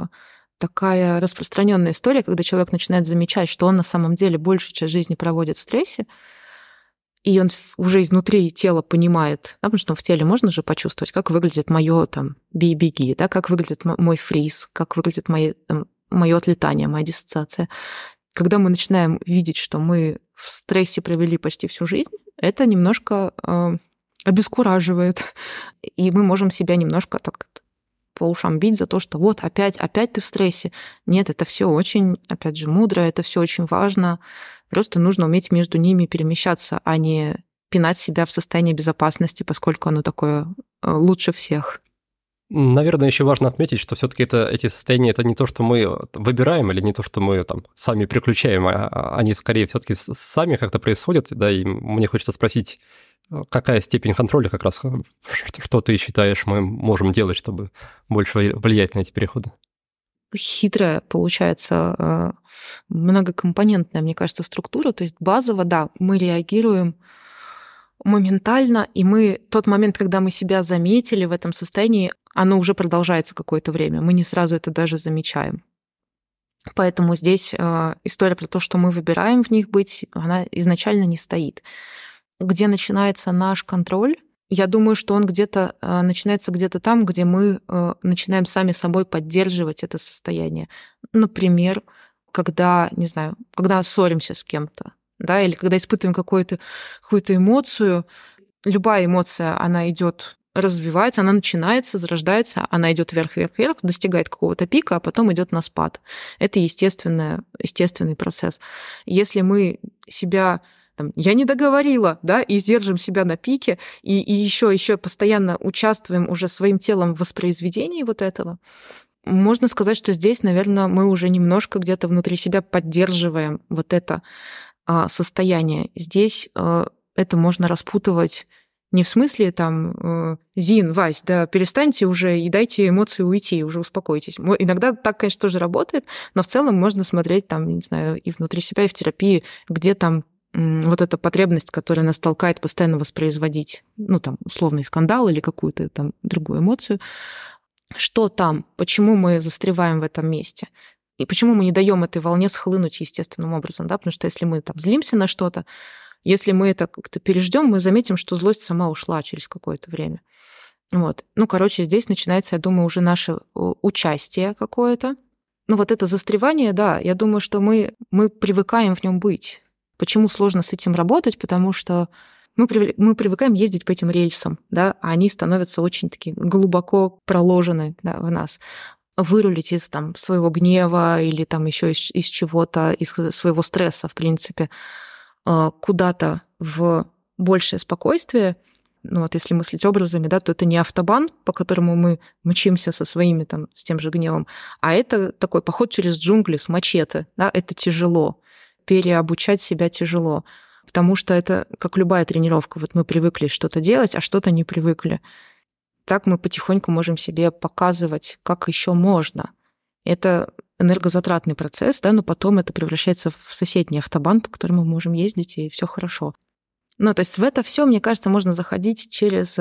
такая распространенная история, когда человек начинает замечать, что он на самом деле большую часть жизни проводит в стрессе, и он уже изнутри тела понимает, да, потому что в теле можно же почувствовать, как выглядит моё там бей-беги, да, как выглядит мой фриз, как выглядит мои, там, моё отлетание, моя диссоциация. Когда мы начинаем видеть, что мы в стрессе провели почти всю жизнь, это немножко э, обескураживает, и мы можем себя немножко так по ушам бить за то, что вот опять, опять ты в стрессе. Нет, это все очень, опять же, мудро, это все очень важно. Просто нужно уметь между ними перемещаться, а не пинать себя в состоянии безопасности, поскольку оно такое лучше всех. Наверное, еще важно отметить, что все-таки это, эти состояния это не то, что мы выбираем, или не то, что мы там сами приключаем, а они скорее все-таки сами как-то происходят. Да, и мне хочется спросить, какая степень контроля как раз, что ты считаешь, мы можем делать, чтобы больше влиять на эти переходы? Хитрая, получается, многокомпонентная, мне кажется, структура. То есть базово, да, мы реагируем моментально, и мы тот момент, когда мы себя заметили в этом состоянии, оно уже продолжается какое-то время. Мы не сразу это даже замечаем. Поэтому здесь история про то, что мы выбираем в них быть, она изначально не стоит. Где начинается наш контроль? Я думаю, что он где-то начинается где-то там, где мы начинаем сами собой поддерживать это состояние. Например, когда, не знаю, когда ссоримся с кем-то, да, или когда испытываем какую-то, какую-то эмоцию. Любая эмоция, она идет, развивается, она начинается, зарождается, она идет вверх-вверх-вверх, достигает какого-то пика, а потом идет на спад. Это естественный, естественный процесс. Если мы себя там, я не договорила, да, и сдержим себя на пике, и, и еще, еще постоянно участвуем уже своим телом в воспроизведении вот этого, можно сказать, что здесь, наверное, мы уже немножко где-то внутри себя поддерживаем вот это а, состояние. Здесь а, это можно распутывать не в смысле там «Зин, Вась, да перестаньте уже и дайте эмоции уйти, уже успокойтесь». Иногда так, конечно, тоже работает, но в целом можно смотреть там, не знаю, и внутри себя, и в терапии, где там вот эта потребность, которая нас толкает постоянно воспроизводить, ну, там, условный скандал или какую-то там другую эмоцию. Что там? Почему мы застреваем в этом месте? И почему мы не даем этой волне схлынуть естественным образом? Да? Потому что если мы там злимся на что-то, если мы это как-то переждем, мы заметим, что злость сама ушла через какое-то время. Вот. Ну, короче, здесь начинается, я думаю, уже наше участие какое-то. Ну, вот это застревание, да, я думаю, что мы, мы привыкаем в нем быть. Почему сложно с этим работать? Потому что мы, мы привыкаем ездить по этим рельсам, да, а они становятся очень такие глубоко проложены, да, в нас. Вырулить из там, своего гнева или там еще из, из чего-то, из своего стресса, в принципе, куда-то в большее спокойствие, ну вот если мыслить образами, да, то это не автобан, по которому мы мчимся со своими там, с тем же гневом, а это такой поход через джунгли с мачете, да, это тяжело. Переобучать себя тяжело, потому что это как любая тренировка. Вот мы привыкли что-то делать, а что-то не привыкли. Так мы потихоньку можем себе показывать, как еще можно. Это энергозатратный процесс, да, но потом это превращается в соседний автобан, по которому мы можем ездить, и все хорошо. Ну, то есть в это все, мне кажется, можно заходить через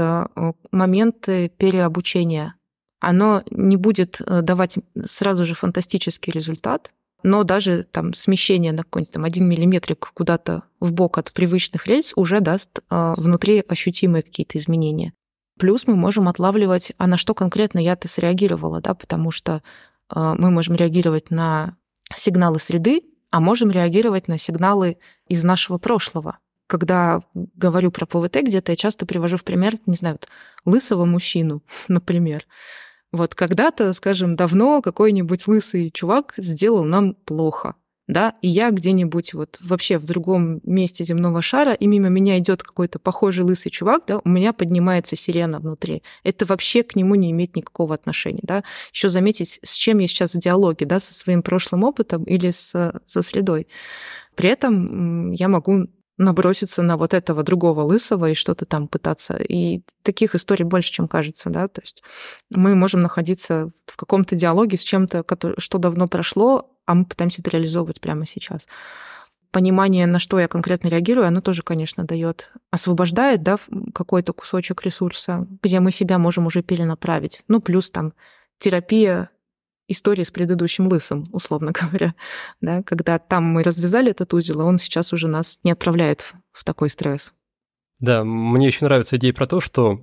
моменты переобучения. Оно не будет давать сразу же фантастический результат, но даже там смещение на какой-нибудь там один миллиметрик куда-то вбок от привычных рельс уже даст э, внутри ощутимые какие-то изменения. Плюс мы можем отлавливать, а на что конкретно я-то среагировала, да, потому что э, мы можем реагировать на сигналы среды, а можем реагировать на сигналы из нашего прошлого. Когда говорю про ПВТ где-то, я часто привожу в пример, не знаю, вот, лысого мужчину, например. Вот когда-то, скажем, давно какой-нибудь лысый чувак сделал нам плохо, да, и я где-нибудь вот вообще в другом месте земного шара, и мимо меня идет какой-то похожий лысый чувак, да, у меня поднимается сирена внутри. Это вообще к нему не имеет никакого отношения, да. Еще заметить, с чем я сейчас в диалоге, да, со своим прошлым опытом или с, со средой. При этом я могу наброситься на вот этого другого лысого и что-то там пытаться. И таких историй больше, чем кажется, да, то есть мы можем находиться в каком-то диалоге с чем-то, что давно прошло, а мы пытаемся это реализовывать прямо сейчас. Понимание, на что я конкретно реагирую, оно тоже, конечно, дает, освобождает, да, какой-то кусочек ресурса, где мы себя можем уже перенаправить. Ну, плюс там терапия истории с предыдущим лысым, условно говоря, да, когда там мы развязали этот узел, а он сейчас уже нас не отправляет в, в такой стресс. Да, мне еще нравится идея про то, что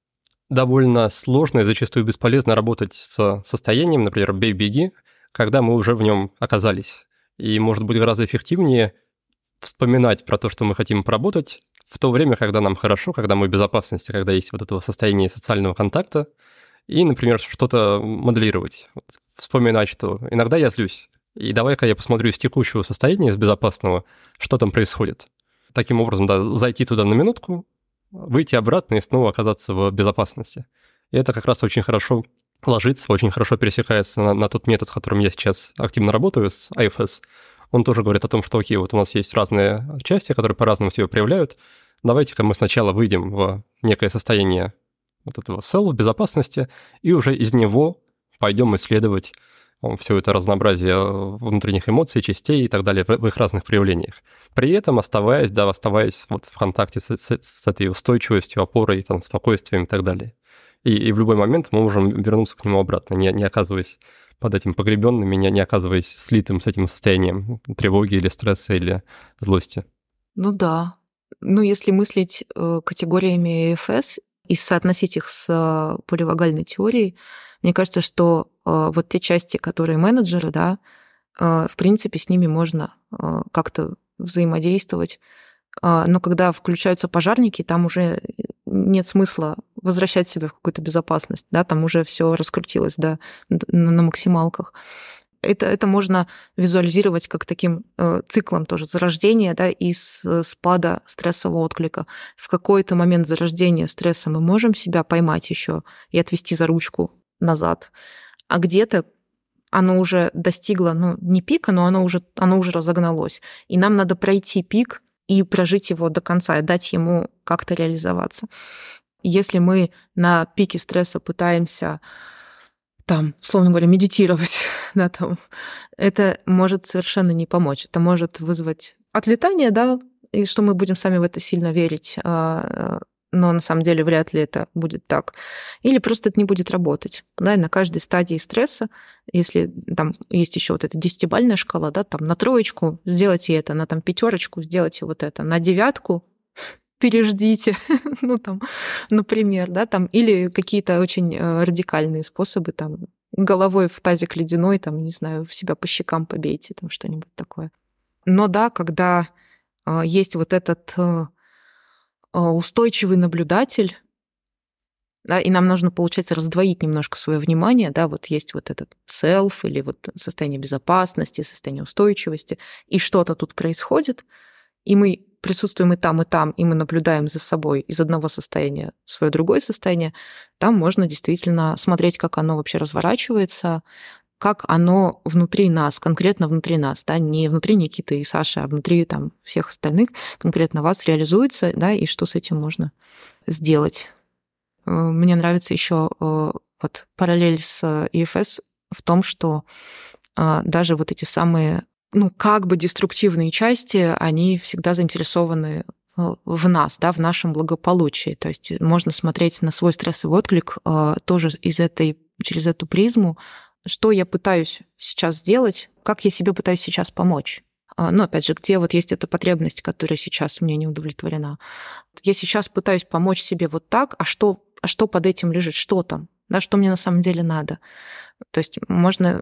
довольно сложно и зачастую бесполезно работать с состоянием, например, «бей-беги», когда мы уже в нем оказались. И может быть гораздо эффективнее вспоминать про то, что мы хотим поработать, в то время, когда нам хорошо, когда мы в безопасности, когда есть вот это состояние социального контакта, и, например, что-то моделировать. Вот, вспоминать, что иногда я злюсь, и давай-ка я посмотрю из текущего состояния, из безопасного, что там происходит. Таким образом, да, зайти туда на минутку, выйти обратно и снова оказаться в безопасности. И это как раз очень хорошо ложится, очень хорошо пересекается на, на тот метод, с которым я сейчас активно работаю, с ай эф эс. Он тоже говорит о том, что окей, вот у нас есть разные части, которые по-разному себя проявляют. Давайте-ка мы сначала выйдем в некое состояние вот этого self, безопасности, и уже из него пойдем исследовать все это разнообразие внутренних эмоций, частей и так далее в их разных проявлениях. При этом оставаясь, да, оставаясь вот в контакте с, с, с этой устойчивостью, опорой, там, спокойствием и так далее. И, и в любой момент мы можем вернуться к нему обратно, не, не оказываясь под этим погребенным, не, не оказываясь слитым с этим состоянием тревоги или стресса или злости. Ну да. Ну, если мыслить э, категориями эй эф эс и соотносить их с э, поливагальной теорией, мне кажется, что э, вот те части, которые менеджеры, да, э, в принципе, с ними можно э, как-то взаимодействовать. Э, но когда включаются пожарники, там уже нет смысла возвращать себя в какую-то безопасность, да, там уже все раскрутилось, да, на, на максималках. Это, это можно визуализировать как таким э, циклом тоже зарождения, да, и с, спада стрессового отклика. В какой-то момент зарождения стресса мы можем себя поймать еще и отвести за ручку назад, а где-то оно уже достигло, ну, не пика, но оно уже, оно уже разогналось. И нам надо пройти пик и прожить его до конца, и дать ему как-то реализоваться. Если мы на пике стресса пытаемся там, условно говоря, медитировать, да, там, это может совершенно не помочь. Это может вызвать отлетание, да, и что мы будем сами в это сильно верить, но на самом деле вряд ли это будет так. Или просто это не будет работать. Да, и на каждой стадии стресса, если там есть еще вот эта десятибалльная шкала, да, там на троечку сделайте это, на там пятерочку сделайте вот это, на девятку переждите, ну там, например, да, там, или какие-то очень радикальные способы, там, головой в тазик ледяной, там, не знаю, в себя по щекам побейте, там, что-нибудь такое. Но да, когда есть вот этот устойчивый наблюдатель, да, и нам нужно, получается, раздвоить немножко свое внимание, да, вот есть вот этот self или вот состояние безопасности, состояние устойчивости, и что-то тут происходит, и мы присутствуем и там, и там, и мы наблюдаем за собой из одного состояния в свое другое состояние, там можно действительно смотреть, как оно вообще разворачивается, как оно внутри нас, конкретно внутри нас, да, не внутри Никиты и Саши, а внутри там всех остальных, конкретно вас реализуется, да, и что с этим можно сделать. Мне нравится еще вот параллель с и эф эс в том, что даже вот эти самые, ну, как бы деструктивные части, они всегда заинтересованы в нас, да, в нашем благополучии. То есть можно смотреть на свой стрессовый отклик тоже из этой, через эту призму, что я пытаюсь сейчас сделать, как я себе пытаюсь сейчас помочь. Но, опять же, где вот есть эта потребность, которая сейчас у меня не удовлетворена. Я сейчас пытаюсь помочь себе вот так, а что, а что под этим лежит, что там, да, что мне на самом деле надо. То есть можно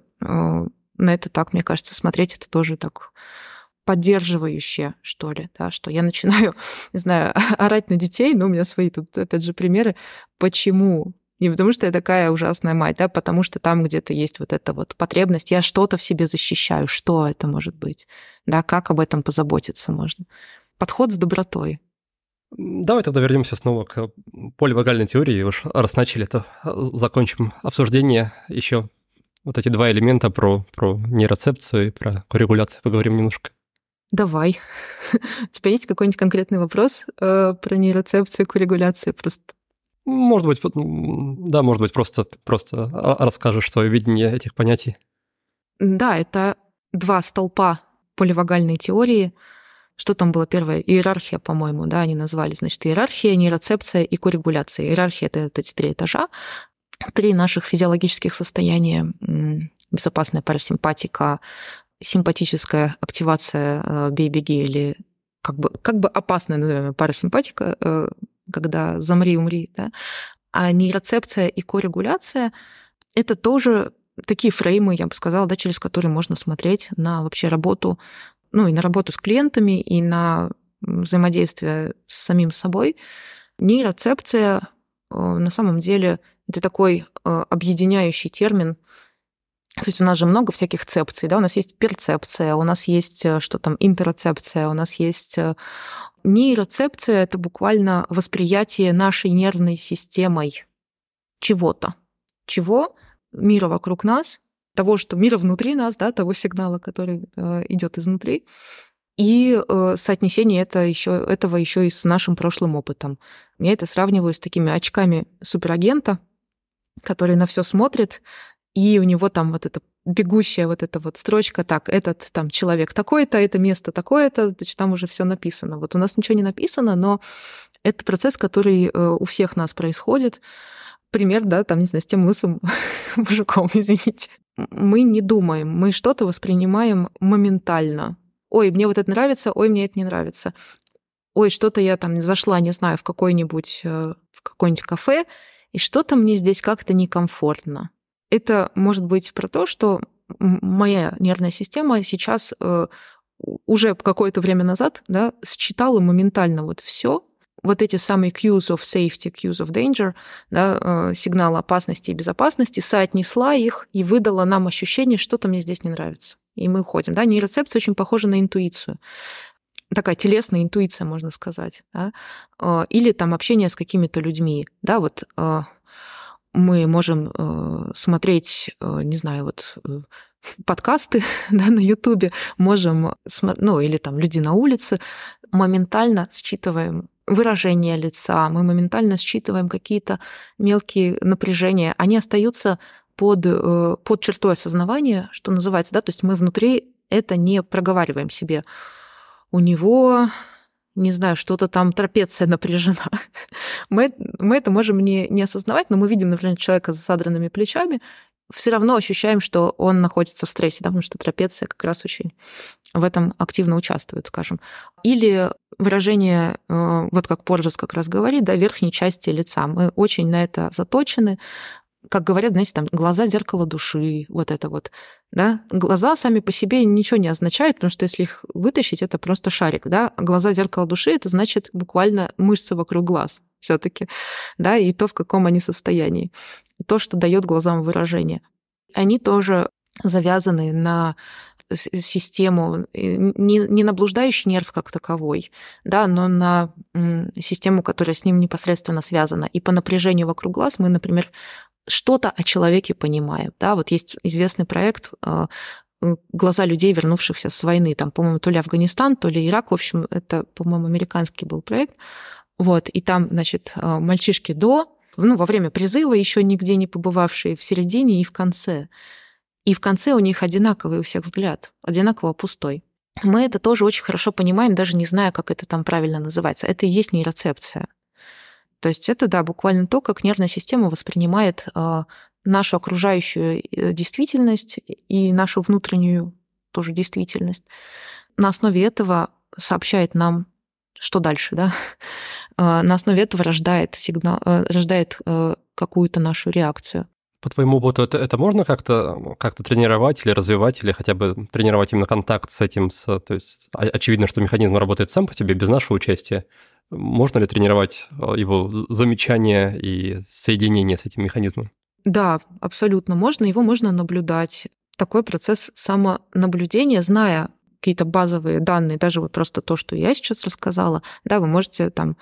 на это так, мне кажется, смотреть, это тоже так поддерживающее, что ли, да, что я начинаю, не знаю, орать на детей, но у меня свои тут, опять же, примеры. Почему? Не потому что я такая ужасная мать, да, потому что там где-то есть вот эта вот потребность, я что-то в себе защищаю, что это может быть, да, как об этом позаботиться можно. Подход с добротой. Давай тогда вернемся снова к поливагальной теории, уж раз начали, то закончим обсуждение еще. Вот эти два элемента про, про нейроцепцию и про коррегуляцию поговорим немножко. Давай. У тебя есть какой-нибудь конкретный вопрос э, про нейроцепцию и коррегуляцию? Просто... Может быть, да, может быть, просто, просто расскажешь свое видение этих понятий. Да, это два столпа поливагальной теории. Что там было первое? Иерархия, по-моему, да, они назвали. Значит, иерархия, нейроцепция и коррегуляция. Иерархия — это вот эти три этажа. Три наших физиологических состояния: безопасная парасимпатика, симпатическая активация бей-беги или как бы, как бы опасная, назовем, парасимпатика, когда замри-умри, да? А нейроцепция и коррегуляция — это тоже такие фреймы, я бы сказала, да, через которые можно смотреть на вообще работу, ну и на работу с клиентами, и на взаимодействие с самим собой. Нейроцепция на самом деле это такой объединяющий термин. То есть у нас же много всяких цепций, да, у нас есть перцепция, у нас есть что там, интероцепция, у нас есть нейроцепция — это буквально восприятие нашей нервной системой. чего-то. Чего? Мира вокруг нас, того, что мира внутри нас, да, того сигнала, который э, идет изнутри, и э, соотнесение это еще, этого еще и с нашим прошлым опытом. Я это сравниваю с такими очками суперагента, который на все смотрит, и у него там вот эта бегущая вот эта вот строчка, так, этот там человек такой-то, это место такое-то, значит, там уже все написано. Вот у нас ничего не написано, но это процесс, который э, у всех нас происходит. Пример, да, там, не знаю, с тем лысым мужиком, извините. Мы не думаем, мы что-то воспринимаем моментально. Ой, мне вот это нравится, ой, мне это не нравится. Ой, что-то я там зашла, не знаю, в какой-нибудь, в какое-нибудь кафе, и что-то мне здесь как-то некомфортно. Это может быть про то, что моя нервная система сейчас уже какое-то время назад, да, считала моментально вот все. Вот эти самые cues of safety, cues of danger, да, сигналы опасности и безопасности, соотнесла их и выдала нам ощущение, что-то мне здесь не нравится. И мы уходим. Да? Нейроцепция очень похожа на интуицию. Такая телесная интуиция, можно сказать. Да? Или там общение с какими-то людьми. Да, вот мы можем смотреть, не знаю, вот подкасты, да, на Ютубе, можем, ну, или там люди на улице, моментально считываем выражение лица, мы моментально считываем какие-то мелкие напряжения. Они остаются под, под чертой осознавания, что называется, да, то есть мы внутри это не проговариваем себе. У него, не знаю, что-то там, трапеция напряжена. Мы, мы это можем не, не осознавать, но мы видим, например, человека с задранными плечами, все равно ощущаем, что он находится в стрессе, да, потому что трапеция как раз очень в этом активно участвует, скажем. Или выражение, вот как Порджес как раз говорит, да, верхней части лица. Мы очень на это заточены. Как говорят, знаете, там глаза — зеркало души, вот это вот. Да? Глаза сами по себе ничего не означают, потому что если их вытащить, это просто шарик. Да? Глаза — зеркало души — это значит буквально мышцы вокруг глаз все-таки, да, и то, в каком они состоянии. То, что дает глазам выражение. Они тоже завязаны на систему, не, не на блуждающий нерв как таковой, да, но на систему, которая с ним непосредственно связана. И по напряжению вокруг глаз мы, например, что-то о человеке понимаем. Да? Вот есть известный проект «Глаза людей, вернувшихся с войны». Там, по-моему, то ли Афганистан, то ли Ирак. В общем, это, по-моему, американский был проект. Вот. И там, значит, мальчишки до, ну, во время призыва, еще нигде не побывавшие, в середине и в конце. И в конце у них одинаковый у всех взгляд, одинаково пустой. Мы это тоже очень хорошо понимаем, даже не зная, как это там правильно называется. Это и есть нейроцепция. То есть это, да, буквально то, как нервная система воспринимает нашу окружающую действительность и нашу внутреннюю тоже действительность. На основе этого сообщает нам, что дальше, да? На основе этого рождает сигнал, рождает какую-то нашу реакцию. По твоему опыту, это, это можно как-то, как-то тренировать или развивать, или хотя бы тренировать именно контакт с этим? С, то есть очевидно, что механизм работает сам по себе, без нашего участия. Можно ли тренировать его замечание и соединение с этим механизмом? Да, абсолютно можно. Его можно наблюдать. Такой процесс самонаблюдения, зная какие-то базовые данные, даже вот просто то, что я сейчас рассказала, да, вы можете там,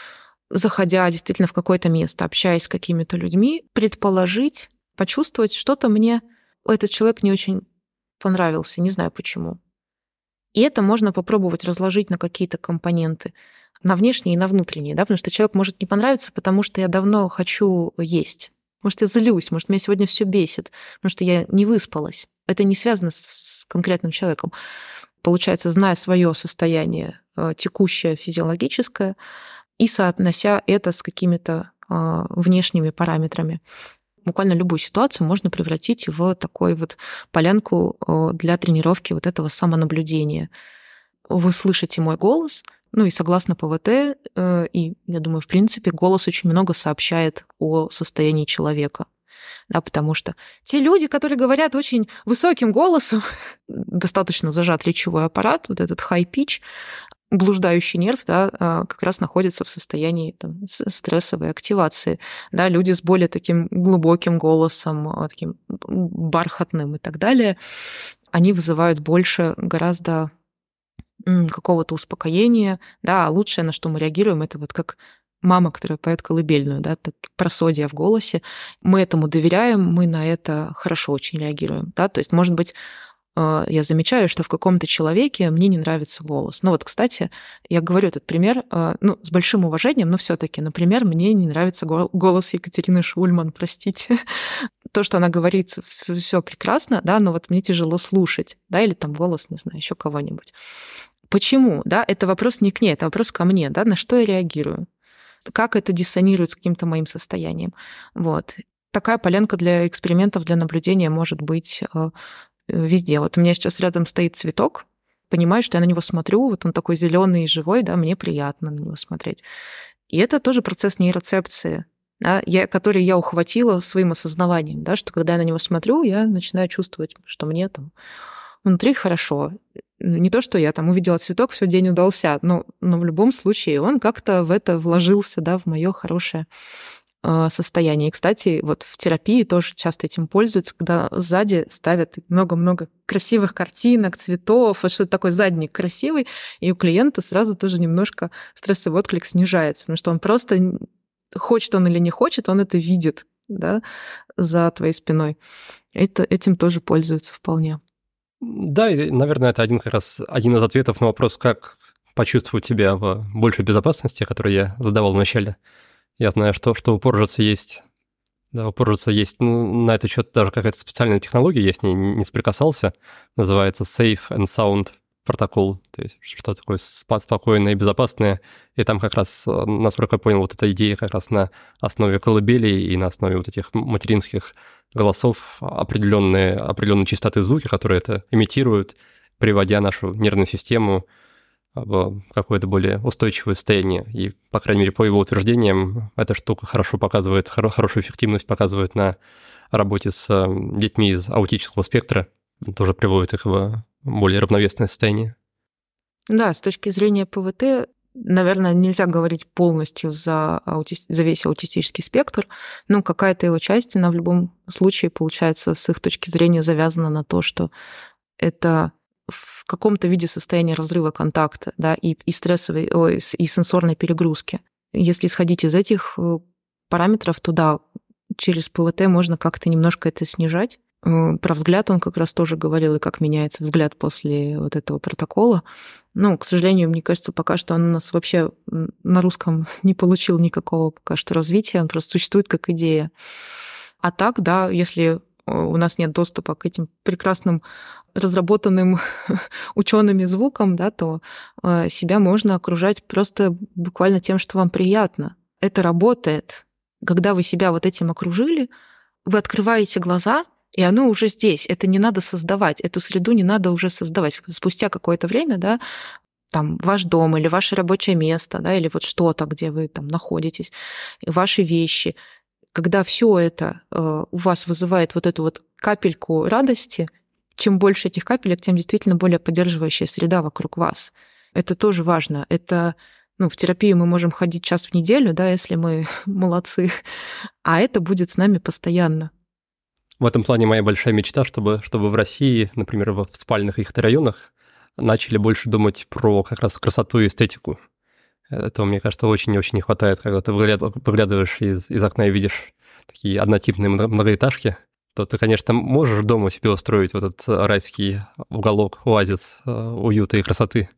заходя действительно в какое-то место, общаясь с какими-то людьми, предположить, почувствовать, что-то мне этот человек не очень понравился, не знаю почему. И это можно попробовать разложить на какие-то компоненты, на внешние и на внутренние, да, потому что человек может не понравиться, потому что я давно хочу есть. Может, я злюсь, может, меня сегодня все бесит, потому что я не выспалась. Это не связано с конкретным человеком. Получается, зная свое состояние текущее, физиологическое, и соотнося это с какими-то внешними параметрами. Буквально любую ситуацию можно превратить в такую вот полянку для тренировки вот этого самонаблюдения. Вы слышите мой голос, ну и согласно ПВТ, и, я думаю, в принципе, голос очень много сообщает о состоянии человека. Да, потому что те люди, которые говорят очень высоким голосом, достаточно зажат речевой аппарат, вот этот high pitch, блуждающий нерв, да, как раз находится в состоянии там, стрессовой активации. Да, люди с более таким глубоким голосом, таким бархатным и так далее, они вызывают больше гораздо какого-то успокоения. Да, а лучшее, на что мы реагируем, это вот как мама, которая поет колыбельную, да, так, просодия в голосе. Мы этому доверяем, мы на это хорошо очень реагируем. Да? То есть, может быть, я замечаю, что в каком-то человеке мне не нравится голос. Ну вот, кстати, я говорю этот пример ну, с большим уважением, но все таки например, мне не нравится голос Екатерины Шульман, простите. То, что она говорит, все прекрасно, да, но вот мне тяжело слушать, да, или там голос, не знаю, еще кого-нибудь. Почему? Да, это вопрос не к ней, это вопрос ко мне, да, на что я реагирую, как это диссонирует с каким-то моим состоянием. Вот. Такая полянка для экспериментов, для наблюдения может быть везде. Вот у меня сейчас рядом стоит цветок, понимаю, что я на него смотрю, вот он такой зеленый и живой, да, мне приятно на него смотреть. И это тоже процесс нейроцепции, да, я, который я ухватила своим осознаванием, да, что когда я на него смотрю, я начинаю чувствовать, что мне там внутри хорошо. Не то, что я там увидела цветок, все, день удался, но, но в любом случае он как-то в это вложился, да, в мое хорошее состояние. И, кстати, вот в терапии тоже часто этим пользуются, когда сзади ставят много-много красивых картинок, цветов, вот что-то такой задник красивый, и у клиента сразу тоже немножко стрессовый отклик снижается, потому что он просто, хочет он или не хочет, он это видит, да, за твоей спиной. Это, этим тоже пользуются вполне. Да, и, наверное, это один как раз один из ответов на вопрос, как почувствовать себя в большей безопасности, который я задавал вначале. Я знаю, что, что у Поржеса есть, да, у Поржеса есть, ну, на этот счет даже какая-то специальная технология, я с ней не соприкасался, называется Safe and Sound протокол, то есть что такое спокойное и безопасное, и там как раз, насколько я понял, вот эта идея как раз на основе колыбелей и на основе вот этих материнских голосов определенные, определенные частоты звуки, которые это имитируют, приводя нашу нервную систему в какое-то более устойчивое состояние. И, по крайней мере, по его утверждениям, эта штука хорошо показывает, хоро- хорошую эффективность показывает на работе с детьми из аутического спектра, тоже приводит их в более равновесное состояние. Да, с точки зрения ПВТ, наверное, нельзя говорить полностью за, аути... за весь аутистический спектр, но какая-то его часть, она в любом случае, получается, с их точки зрения завязана на то, что это в каком-то виде состояние разрыва контакта, да, и, и стрессовой, ой, и сенсорной перегрузки. Если исходить из этих параметров, то да, через ПВТ можно как-то немножко это снижать. Про взгляд он как раз тоже говорил, и как меняется взгляд после вот этого протокола. Ну, к сожалению, мне кажется, пока что он у нас вообще на русском не получил никакого пока что развития, он просто существует как идея. А так, да, если у нас нет доступа к этим прекрасным разработанным учеными звукам, да, то себя можно окружать просто буквально тем, что вам приятно. Это работает. Когда вы себя вот этим окружили, вы открываете глаза, и оно уже здесь. Это не надо создавать, эту среду не надо уже создавать. Спустя какое-то время, да, там ваш дом или ваше рабочее место, да, или вот что-то, где вы там находитесь, ваши вещи. Когда все это у вас вызывает вот эту вот капельку радости, чем больше этих капелек, тем действительно более поддерживающая среда вокруг вас. Это тоже важно. Это, ну, в терапию мы можем ходить час в неделю, да, если мы молодцы, а это будет с нами постоянно. В этом плане моя большая мечта, чтобы, чтобы в России, например, в спальных каких-то районах начали больше думать про как раз красоту и эстетику. Этого, мне кажется, очень-очень не хватает, когда ты выглядываешь из, из окна и видишь такие однотипные многоэтажки, то ты, конечно, можешь дома себе устроить вот этот райский уголок, оазис уюта и красоты,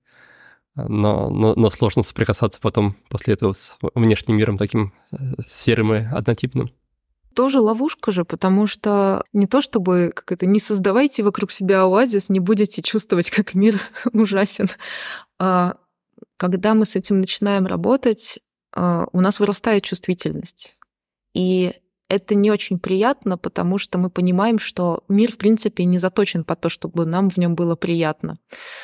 но, но, но сложно соприкасаться потом после этого с внешним миром таким серым и однотипным. Тоже ловушка же, потому что не то чтобы как это, не создавайте вокруг себя оазис, не будете чувствовать, как мир ужасен. А когда мы с этим начинаем работать, у нас вырастает чувствительность. И это не очень приятно, потому что мы понимаем, что мир, в принципе, не заточен под то, чтобы нам в нем было приятно.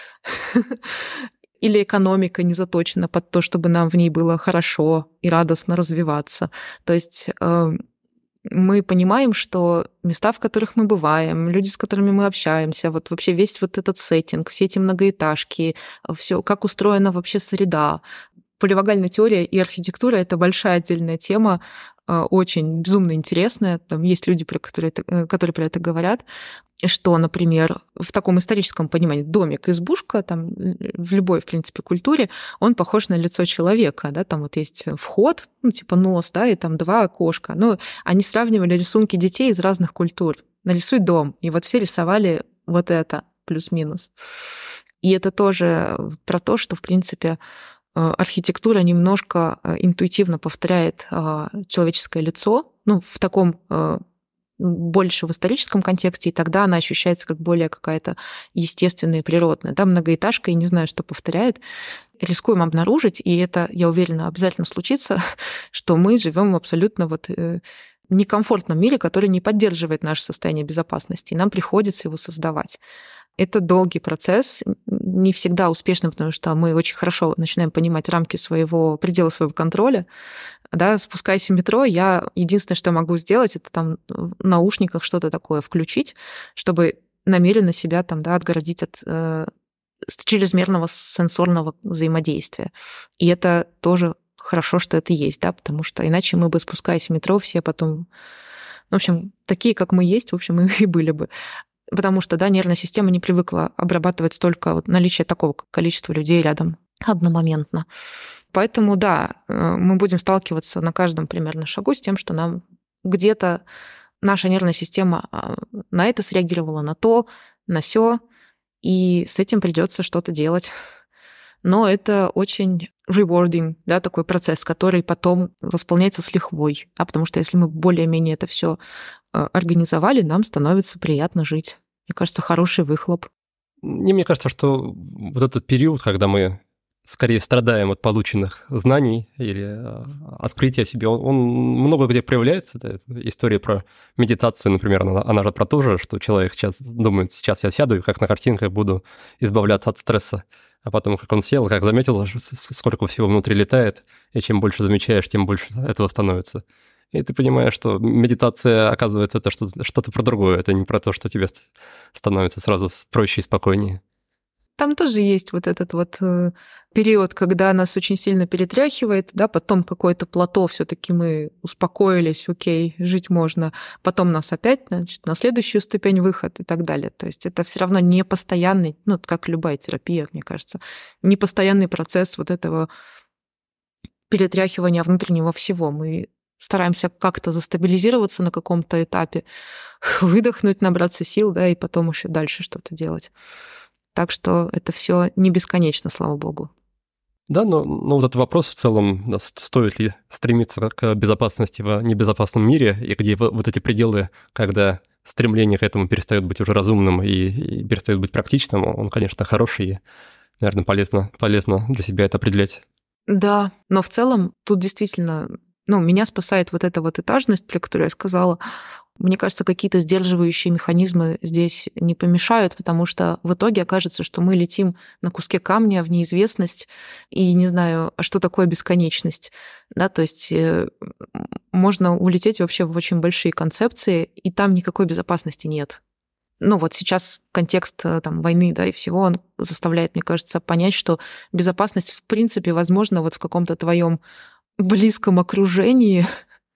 Или экономика не заточена под то, чтобы нам в ней было хорошо и радостно развиваться. То есть мы понимаем, что места, в которых мы бываем, люди, с которыми мы общаемся, вот вообще весь вот этот сеттинг, все эти многоэтажки, все, как устроена вообще среда. Поливагальная теория и архитектура — это большая отдельная тема, очень безумно интересная. Там есть люди, которые, которые про это говорят. что, например, в таком историческом понимании домик, избушка, там, в любой, в принципе, культуре, он похож на лицо человека, да, там вот есть вход, ну, типа нос, да, и там два окошка. Ну, они сравнивали рисунки детей из разных культур. Нарисуй дом, и вот все рисовали вот это, плюс-минус. И это тоже про то, что, в принципе, архитектура немножко интуитивно повторяет человеческое лицо, ну, в таком больше в историческом контексте, и тогда она ощущается как более какая-то естественная и природная. Да, многоэтажка, я не знаю, что повторяет. Рискуем обнаружить, и это, я уверена, обязательно случится, что мы живем в абсолютно вот некомфортном мире, который не поддерживает наше состояние безопасности, и нам приходится его создавать. Это долгий процесс, не всегда успешный, потому что мы очень хорошо начинаем понимать рамки своего, пределы своего контроля. Да, спускаясь в метро, я единственное, что могу сделать, это там в наушниках что-то такое включить, чтобы намеренно себя там, да, отгородить от э, чрезмерного сенсорного взаимодействия. И это тоже хорошо, что это есть, да, потому что иначе мы бы, спускаясь в метро, все потом... В общем, такие, как мы есть, в общем, мы и были бы. Потому что, да, нервная система не привыкла обрабатывать столько вот наличия такого количества людей рядом одномоментно. Поэтому, да, мы будем сталкиваться на каждом примерно шагу с тем, что нам где-то наша нервная система на это среагировала, на то, на сё, и с этим придется что-то делать. Но это очень rewarding, да, такой процесс, который потом восполняется с лихвой. А потому что если мы более-менее это все организовали, нам становится приятно жить. Мне кажется, хороший выхлоп. И мне кажется, что вот этот период, когда мы скорее страдаем от полученных знаний или открытия себе, он, он много где проявляется. Да? История про медитацию, например, она, она же про то же, что человек сейчас думает, сейчас я сяду и как на картинках буду избавляться от стресса. А потом, как он сел, как заметил, сколько всего внутри летает, и чем больше замечаешь, тем больше этого становится. И ты понимаешь, что медитация, оказывается, это что-то, что-то про другое. Это не про то, что тебе становится сразу проще и спокойнее. Там тоже есть вот этот вот период, когда нас очень сильно перетряхивает, да, потом какое-то плато, все-таки мы успокоились, окей, жить можно, потом нас опять, значит, на следующую ступень выход и так далее. То есть это все равно не постоянный, ну, как любая терапия, мне кажется, не постоянный процесс вот этого перетряхивания внутреннего всего. Мы стараемся как-то застабилизироваться на каком-то этапе, выдохнуть, набраться сил, да, и потом еще дальше что-то делать. Так что это все не бесконечно, слава богу. Да, но, но вот этот вопрос в целом, да, стоит ли стремиться к безопасности в небезопасном мире, и где вот эти пределы, когда стремление к этому перестает быть уже разумным и, и перестает быть практичным, он, конечно, хороший, и, наверное, полезно, полезно для себя это определять. Да, но в целом тут действительно... Ну, меня спасает вот эта вот этажность, про которую я сказала. Мне кажется, какие-то сдерживающие механизмы здесь не помешают, потому что в итоге окажется, что мы летим на куске камня в неизвестность, и не знаю, а что такое бесконечность. Да, то есть можно улететь вообще в очень большие концепции, и там никакой безопасности нет. Ну вот сейчас контекст там, войны, да, и всего, он заставляет, мне кажется, понять, что безопасность в принципе возможна вот в каком-то твоем близком окружении,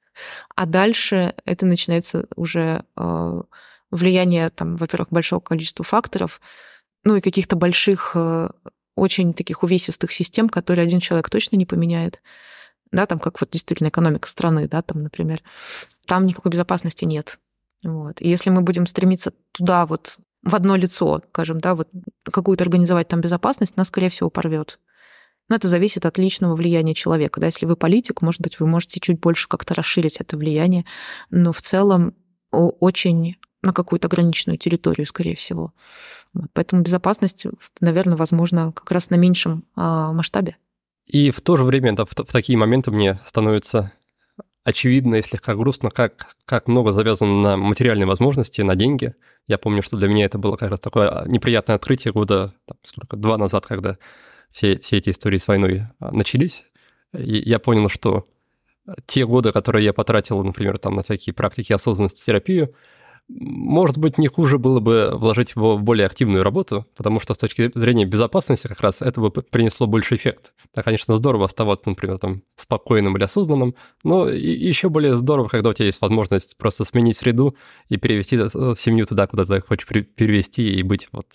а дальше это начинается уже э, влияние, там, во-первых, большого количества факторов, ну и каких-то больших, э, очень таких увесистых систем, которые один человек точно не поменяет, да, там, как вот действительно экономика страны, да, там, например, там никакой безопасности нет. Вот. И если мы будем стремиться туда вот в одно лицо, скажем, да, вот какую-то организовать там безопасность, нас, скорее всего, порвет. Но это зависит от личного влияния человека. Да? Если вы политик, может быть, вы можете чуть больше как-то расширить это влияние, но в целом очень на какую-то ограниченную территорию, скорее всего. Вот. Поэтому безопасность, наверное, возможно как раз на меньшем а, масштабе. И в то же время да, в, в такие моменты мне становится очевидно и слегка грустно, как, как много завязано на материальные возможности, на деньги. Я помню, что для меня это было как раз такое неприятное открытие года там, сколько, два назад, когда Все, все эти истории с войной начались, и я понял, что те годы, которые я потратил, например, там, на такие практики осознанности, терапию, Может быть, не хуже было бы вложить его в более активную работу, потому что с точки зрения безопасности как раз это бы принесло больше эффект. Да, конечно, здорово оставаться, например, там, спокойным или осознанным, но и еще более здорово, когда у тебя есть возможность просто сменить среду и перевести семью туда, куда ты хочешь перевести, и быть вот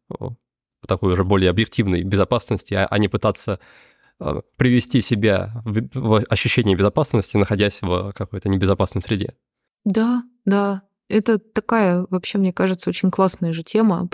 в такой уже более объективной безопасности, а не пытаться привести себя в ощущение безопасности, находясь в какой-то небезопасной среде. Да, да. Это такая, вообще, мне кажется, очень классная же тема.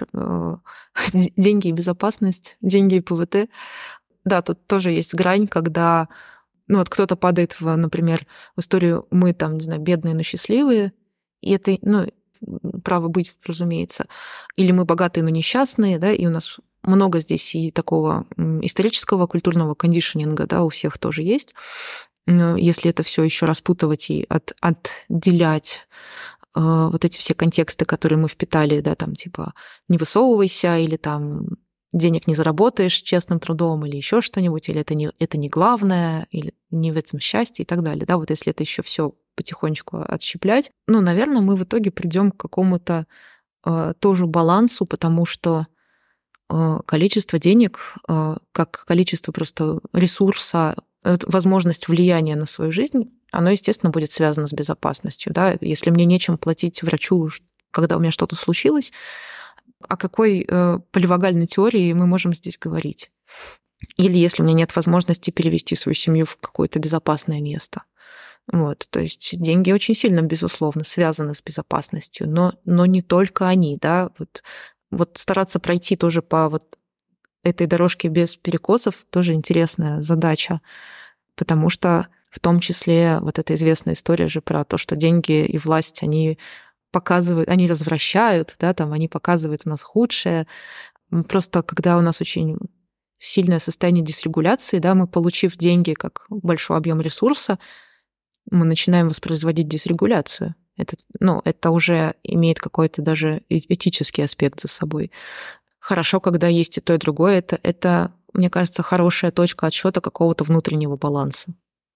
Деньги и безопасность, деньги и ПВТ. Да, тут тоже есть грань, когда ну, вот кто-то падает, в, например, в историю «мы там, не знаю, бедные, но счастливые», и это, ну, право быть, разумеется. Или «мы богатые, но несчастные», да, и у нас много здесь и такого исторического культурного кондишнинга, да, у всех тоже есть. Если это все еще распутывать и от, отделять вот эти все контексты, которые мы впитали, да, там типа не высовывайся, или там денег не заработаешь честным трудом, или еще что-нибудь, или это не, это не главное, или не в этом счастье и так далее. Да, вот если это еще все потихонечку отщеплять, ну, наверное, мы в итоге придем к какому-то э, тоже балансу, потому что э, количество денег, э, как количество просто ресурса, э, возможность влияния на свою жизнь, оно, естественно, будет связано с безопасностью. Да? Если мне нечем платить врачу, когда у меня что-то случилось, о какой э, поливагальной теории мы можем здесь говорить? Или если у меня нет возможности перевести свою семью в какое-то безопасное место. Вот, то есть деньги очень сильно, безусловно, связаны с безопасностью, но, но не только они. Да? Вот, вот стараться пройти тоже по вот этой дорожке без перекосов тоже интересная задача, потому что в том числе вот эта известная история же про то, что деньги и власть, они показывают, они развращают, да, там, они показывают у нас худшее. Просто когда у нас очень сильное состояние дисрегуляции, да, мы, получив деньги как большой объем ресурса, мы начинаем воспроизводить дисрегуляцию. Это, ну, это уже имеет какой-то даже этический аспект за собой. Хорошо, когда есть и то, и другое. Это, это, мне кажется, хорошая точка отсчета какого-то внутреннего баланса.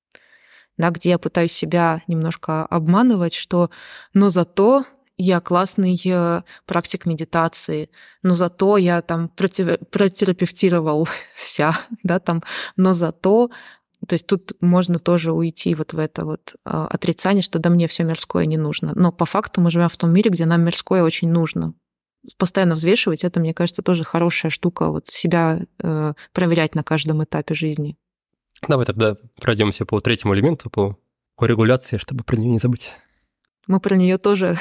Да, где я пытаюсь себя немножко обманывать, что но зато я классный практик медитации, но зато я там протерапевтировался, да, там, но зато... То есть тут можно тоже уйти вот в это вот отрицание, что да мне все мирское не нужно. Но по факту мы живем в том мире, где нам мирское очень нужно. Постоянно взвешивать, это, мне кажется, тоже хорошая штука, вот себя э, проверять на каждом этапе жизни. Давай тогда пройдемся по третьему элементу, по коррегуляции, чтобы про нее не забыть. Мы про нее тоже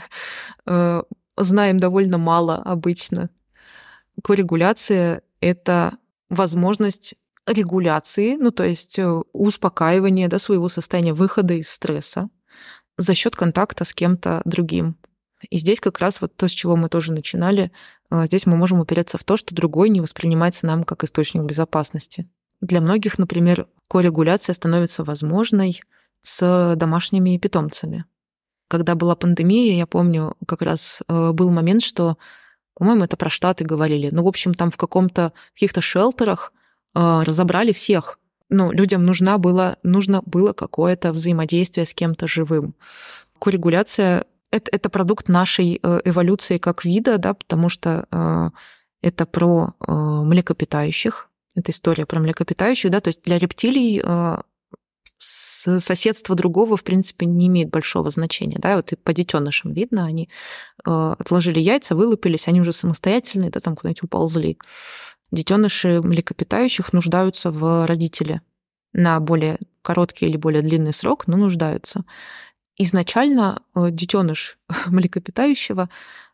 знаем довольно мало обычно. Коррегуляция — это возможность регуляции, ну то есть успокаивания, да, своего состояния, выхода из стресса за счет контакта с кем-то другим. И здесь как раз вот то, с чего мы тоже начинали, здесь мы можем упереться в то, что другой не воспринимается нам как источник безопасности. Для многих, например, коррегуляция становится возможной с домашними питомцами. Когда была пандемия, я помню, как раз был момент, что, по-моему, это про Штаты говорили. Ну, в общем, там в каком-то, в каких-то шелтерах разобрали всех. Ну, людям нужна была, нужно было какое-то взаимодействие с кем-то живым. Коррегуляция — это, это продукт нашей эволюции как вида, да, потому что это про млекопитающих. Это история про млекопитающих, да, то есть для рептилий э, соседство другого, в принципе, не имеет большого значения, да, вот и по детенышам видно, они э, отложили яйца, вылупились, они уже самостоятельные, да, там куда-нибудь уползли. Детеныши млекопитающих нуждаются в родителе на более короткий или более длинный срок, но нуждаются. Изначально э, детеныш млекопитающего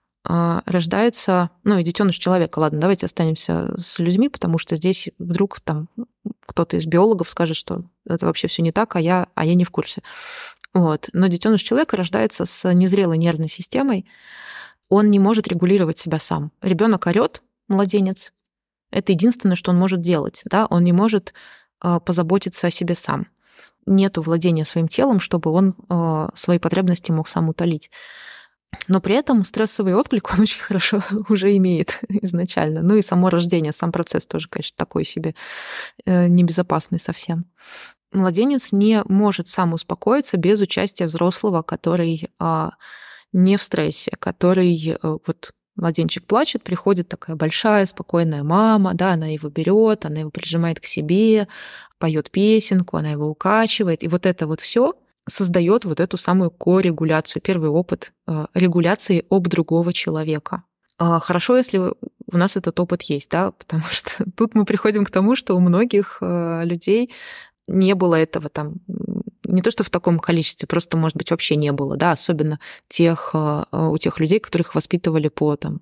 рождается, ну и детеныш человека. Ладно, давайте останемся с людьми, потому что здесь вдруг там кто-то из биологов скажет, что это вообще все не так, а я, а я не в курсе. Вот. Но детеныш человека рождается с незрелой нервной системой. Он не может регулировать себя сам. Ребенок орет, младенец. Это единственное, что он может делать. Да? Он не может позаботиться о себе сам. Нету владения своим телом, чтобы он свои потребности мог сам утолить. Но при этом стрессовый отклик он очень хорошо уже имеет изначально. Ну и само рождение, сам процесс тоже, конечно, такой себе небезопасный совсем. Младенец не может сам успокоиться без участия взрослого, который не в стрессе, который вот младенчик плачет, приходит такая большая, спокойная мама, да, она его берет, она его прижимает к себе, поет песенку, она его укачивает. И вот это вот все создает вот эту самую корегуляцию, первый опыт регуляции об другого человека. Хорошо, если у нас этот опыт есть, да, потому что тут мы приходим к тому, что у многих людей не было этого там, не то что в таком количестве, просто, может быть, вообще не было, да, особенно тех, у тех людей, которых воспитывали по там,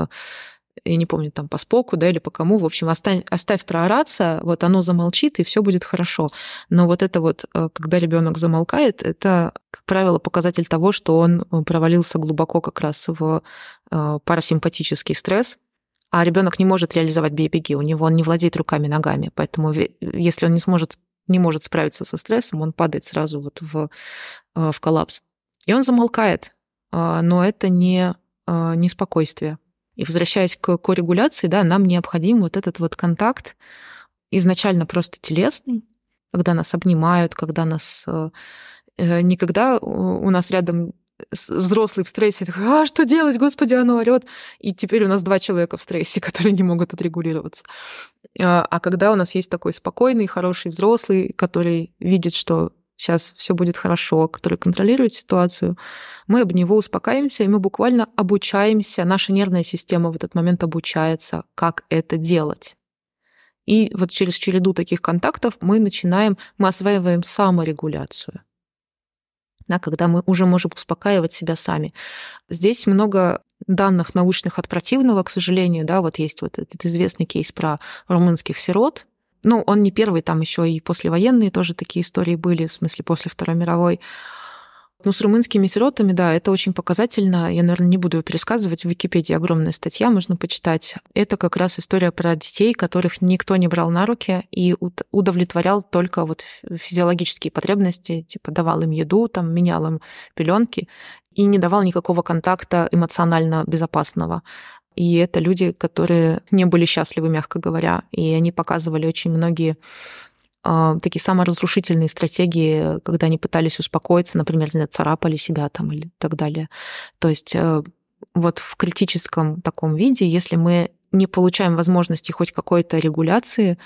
я не помню, там, по Споку, да, или по кому, в общем, оставь, оставь проораться, вот оно замолчит, и все будет хорошо. Но вот это вот, когда ребенок замолкает, это, как правило, показатель того, что он провалился глубоко как раз в парасимпатический стресс, а ребенок не может реализовать бей-беги, у него он не владеет руками, ногами, поэтому если он не сможет не может справиться со стрессом, он падает сразу вот в, в коллапс. И он замолкает, но это не, не спокойствие. И возвращаясь к корегуляции, да, нам необходим вот этот вот контакт, изначально просто телесный, когда нас обнимают, когда нас... Никогда у нас рядом взрослый в стрессе, такой, а что делать, господи, оно орёт. И теперь у нас два человека в стрессе, которые не могут отрегулироваться. А когда у нас есть такой спокойный, хороший взрослый, который видит, что сейчас все будет хорошо, который контролирует ситуацию, мы об него успокаиваемся, и мы буквально обучаемся, наша нервная система в этот момент обучается, как это делать. И вот через череду таких контактов мы начинаем, мы осваиваем саморегуляцию. Да, когда мы уже можем успокаивать себя сами. Здесь много данных научных от противного, к сожалению, да, вот есть вот этот известный кейс про румынских сирот. Ну, он не первый, там еще и послевоенные тоже такие истории были, в смысле после Второй мировой. Но с румынскими сиротами, да, это очень показательно. Я, наверное, не буду ее пересказывать. В Википедии огромная статья, можно почитать. Это как раз история про детей, которых никто не брал на руки и удовлетворял только вот физиологические потребности, типа давал им еду, там, менял им пеленки и не давал никакого контакта эмоционально безопасного. И это люди, которые не были счастливы, мягко говоря. И они показывали очень многие такие саморазрушительные стратегии, когда они пытались успокоиться, например, царапали себя там или так далее. То есть вот в критическом таком виде, если мы не получаем возможности хоть какой-то регуляции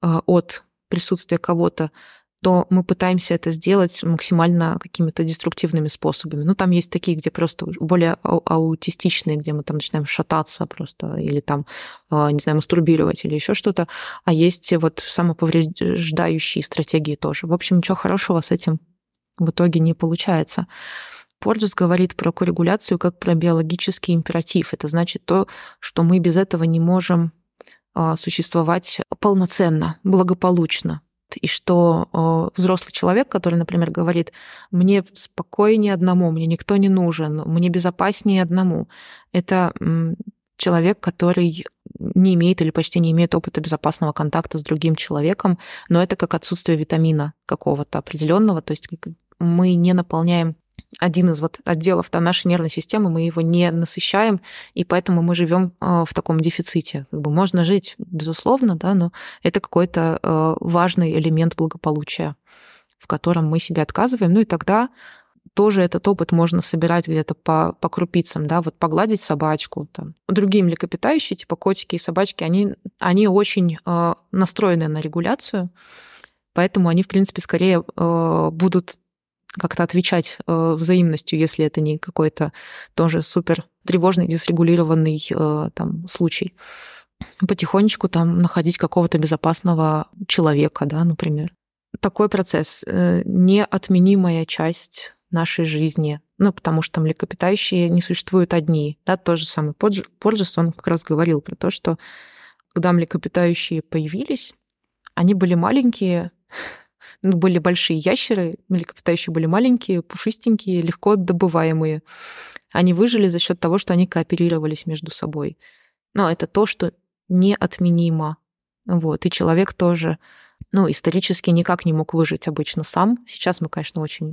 от присутствия кого-то, то мы пытаемся это сделать максимально какими-то деструктивными способами. Ну, там есть такие, где просто более аутистичные, где мы там начинаем шататься просто или там, не знаю, мастурбировать или еще что-то. А есть вот самоповреждающие стратегии тоже. В общем, ничего хорошего с этим в итоге не получается. Порджес говорит про коррегуляцию как про биологический императив. Это значит то, что мы без этого не можем существовать полноценно, благополучно. И что э, взрослый человек, который, например, говорит, мне спокойнее одному, мне никто не нужен, мне безопаснее одному, это м, человек, который не имеет или почти не имеет опыта безопасного контакта с другим человеком, но это как отсутствие витамина какого-то определенного, то есть мы не наполняем один из вот отделов да, нашей нервной системы, мы его не насыщаем, и поэтому мы живем в таком дефиците. Как бы можно жить, безусловно, да, но это какой-то важный элемент благополучия, в котором мы себе отказываем. Ну и тогда тоже этот опыт можно собирать где-то по, по крупицам, да, вот погладить собачку. Там. Другие млекопитающие, типа котики и собачки, они, они очень настроены на регуляцию, поэтому они, в принципе, скорее будут как-то отвечать э, взаимностью, если это не какой-то тоже супер тревожный, дисрегулированный э, там, случай. Потихонечку там находить какого-то безопасного человека, да, например. Такой процесс э, — неотменимая часть нашей жизни, ну, потому что млекопитающие не существуют одни. Да, тот же самый Порджес, он как раз говорил про то, что когда млекопитающие появились, они были маленькие, ну, были большие ящеры, млекопитающие были маленькие, пушистенькие, легко добываемые. Они выжили за счет того, что они кооперировались между собой. Но это то, что неотменимо. Вот. И человек тоже, ну, исторически никак не мог выжить обычно сам. Сейчас мы, конечно, очень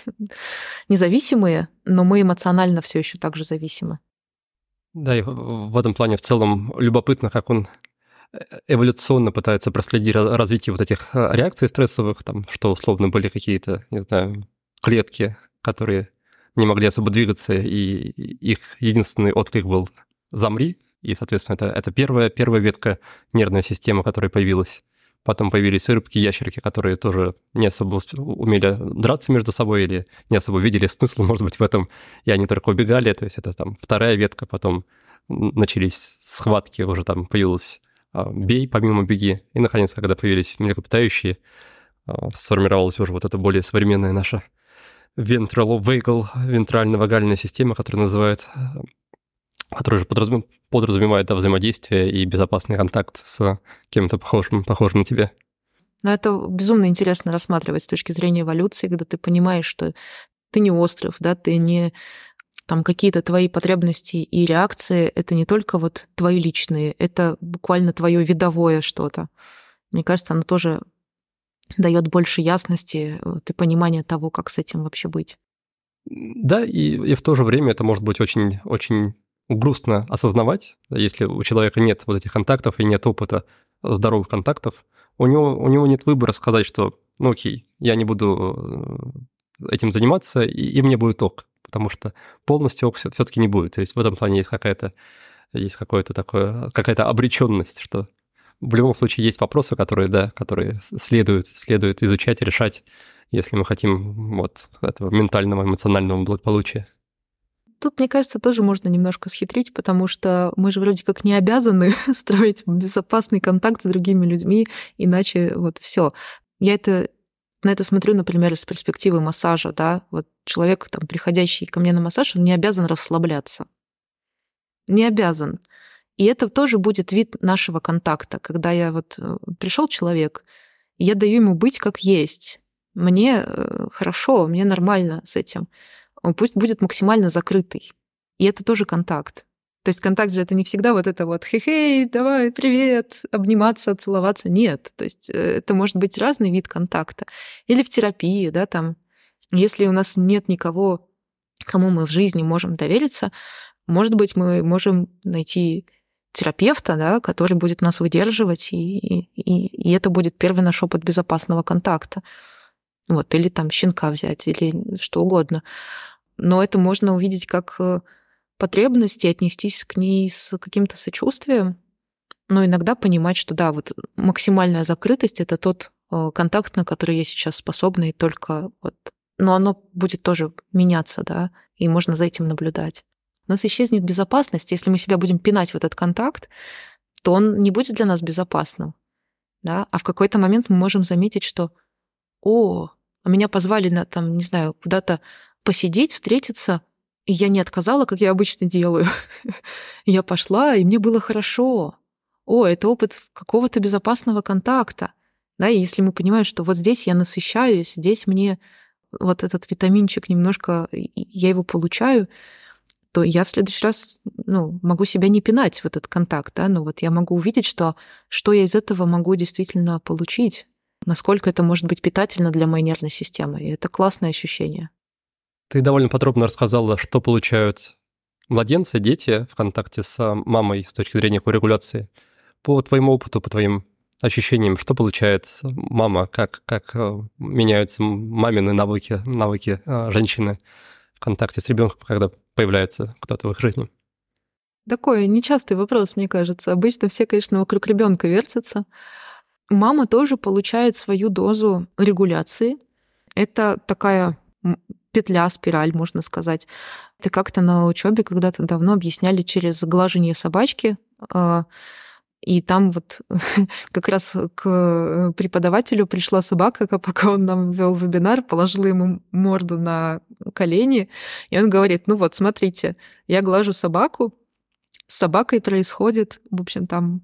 независимые, но мы эмоционально все еще так же зависимы. Да, и в этом плане в целом любопытно, как он эволюционно пытается проследить развитие вот этих реакций стрессовых, там, что условно были какие-то, не знаю, клетки, которые не могли особо двигаться, и их единственный отклик был «замри», и, соответственно, это, это первая, первая ветка нервной системы, которая появилась. Потом появились рыбки, ящерки, которые тоже не особо умели драться между собой или не особо видели смысл, может быть, в этом, и они только убегали, то есть это там вторая ветка, потом начались схватки, уже там появилась «бей», помимо «беги», и, наконец, когда появились млекопитающие, сформировалась уже вот эта более современная наша ventral-vagal, вентрально-вагальная система, которую называют, которая же подразумевает, подразумевает да, взаимодействие и безопасный контакт с кем-то похожим, похожим на тебя. Но это безумно интересно рассматривать с точки зрения эволюции, когда ты понимаешь, что ты не остров, да, ты не там какие-то твои потребности и реакции, это не только вот твои личные, это буквально твое видовое что-то. Мне кажется, оно тоже дает больше ясности вот, и понимания того, как с этим вообще быть. Да, и, и в то же время это может быть очень, очень грустно осознавать, если у человека нет вот этих контактов и нет опыта здоровых контактов, у него, у него нет выбора сказать, что ну окей, я не буду этим заниматься, и, и мне будет ок, потому что полностью ок все-таки не будет. То есть в этом плане есть какая-то, есть какое-то такое, какая-то обреченность, что в любом случае есть вопросы, которые, да, которые следует, следует изучать, решать, если мы хотим вот этого ментального, эмоционального благополучия. Тут, мне кажется, тоже можно немножко схитрить, потому что мы же вроде как не обязаны строить безопасный контакт с другими людьми, иначе вот все. Я это, на это смотрю, например, из перспективы массажа, да, вот человек, там, приходящий ко мне на массаж, он не обязан расслабляться. Не обязан. И это тоже будет вид нашего контакта, когда я вот пришел человек, и я даю ему быть как есть. Мне хорошо, мне нормально с этим. Он пусть будет максимально закрытый. И это тоже контакт. То есть контакт же это не всегда вот это вот «хей-хей, давай, привет», обниматься, целоваться. Нет. То есть это может быть разный вид контакта. Или в терапии, да, там, если у нас нет никого, кому мы в жизни можем довериться, может быть, мы можем найти терапевта, да, который будет нас выдерживать, и, и, и это будет первый наш опыт безопасного контакта. Вот, или там щенка взять, или что угодно. Но это можно увидеть как потребность и отнестись к ней с каким-то сочувствием, но иногда понимать, что да, вот максимальная закрытость — это тот контакт, на который я сейчас способна, и только вот... Но оно будет тоже меняться, да, и можно за этим наблюдать. У нас исчезнет безопасность, если мы себя будем пинать в этот контакт, то он не будет для нас безопасным, да, а в какой-то момент мы можем заметить, что «О, а меня позвали на, там, не знаю, куда-то посидеть, встретиться, и я не отказала, как я обычно делаю. Я пошла, и мне было хорошо. О, это опыт какого-то безопасного контакта». Да, и если мы понимаем, что вот здесь я насыщаюсь, здесь мне вот этот витаминчик немножко, я его получаю, то я в следующий раз, ну, могу себя не пинать в этот контакт, да, но вот я могу увидеть, что, что я из этого могу действительно получить, насколько это может быть питательно для моей нервной системы. И это классное ощущение. Ты довольно подробно рассказала, что получают младенцы, дети в контакте с мамой с точки зрения коррегуляции. По твоему опыту, по твоим ощущениям, что получает мама, как, как меняются мамины навыки, навыки женщины в контакте с ребенком, когда появляется кто-то в их жизни? Такой нечастый вопрос, мне кажется. Обычно все, конечно, вокруг ребенка вертятся. Мама тоже получает свою дозу регуляции. Это такая петля, спираль, можно сказать. Это как-то на учебе когда-то давно объясняли через глажение собачки. И там вот как раз к преподавателю пришла собака, пока он нам вел вебинар, положила ему морду на колени, и он говорит: ну вот, смотрите, я глажу собаку, с собакой происходит, в общем, там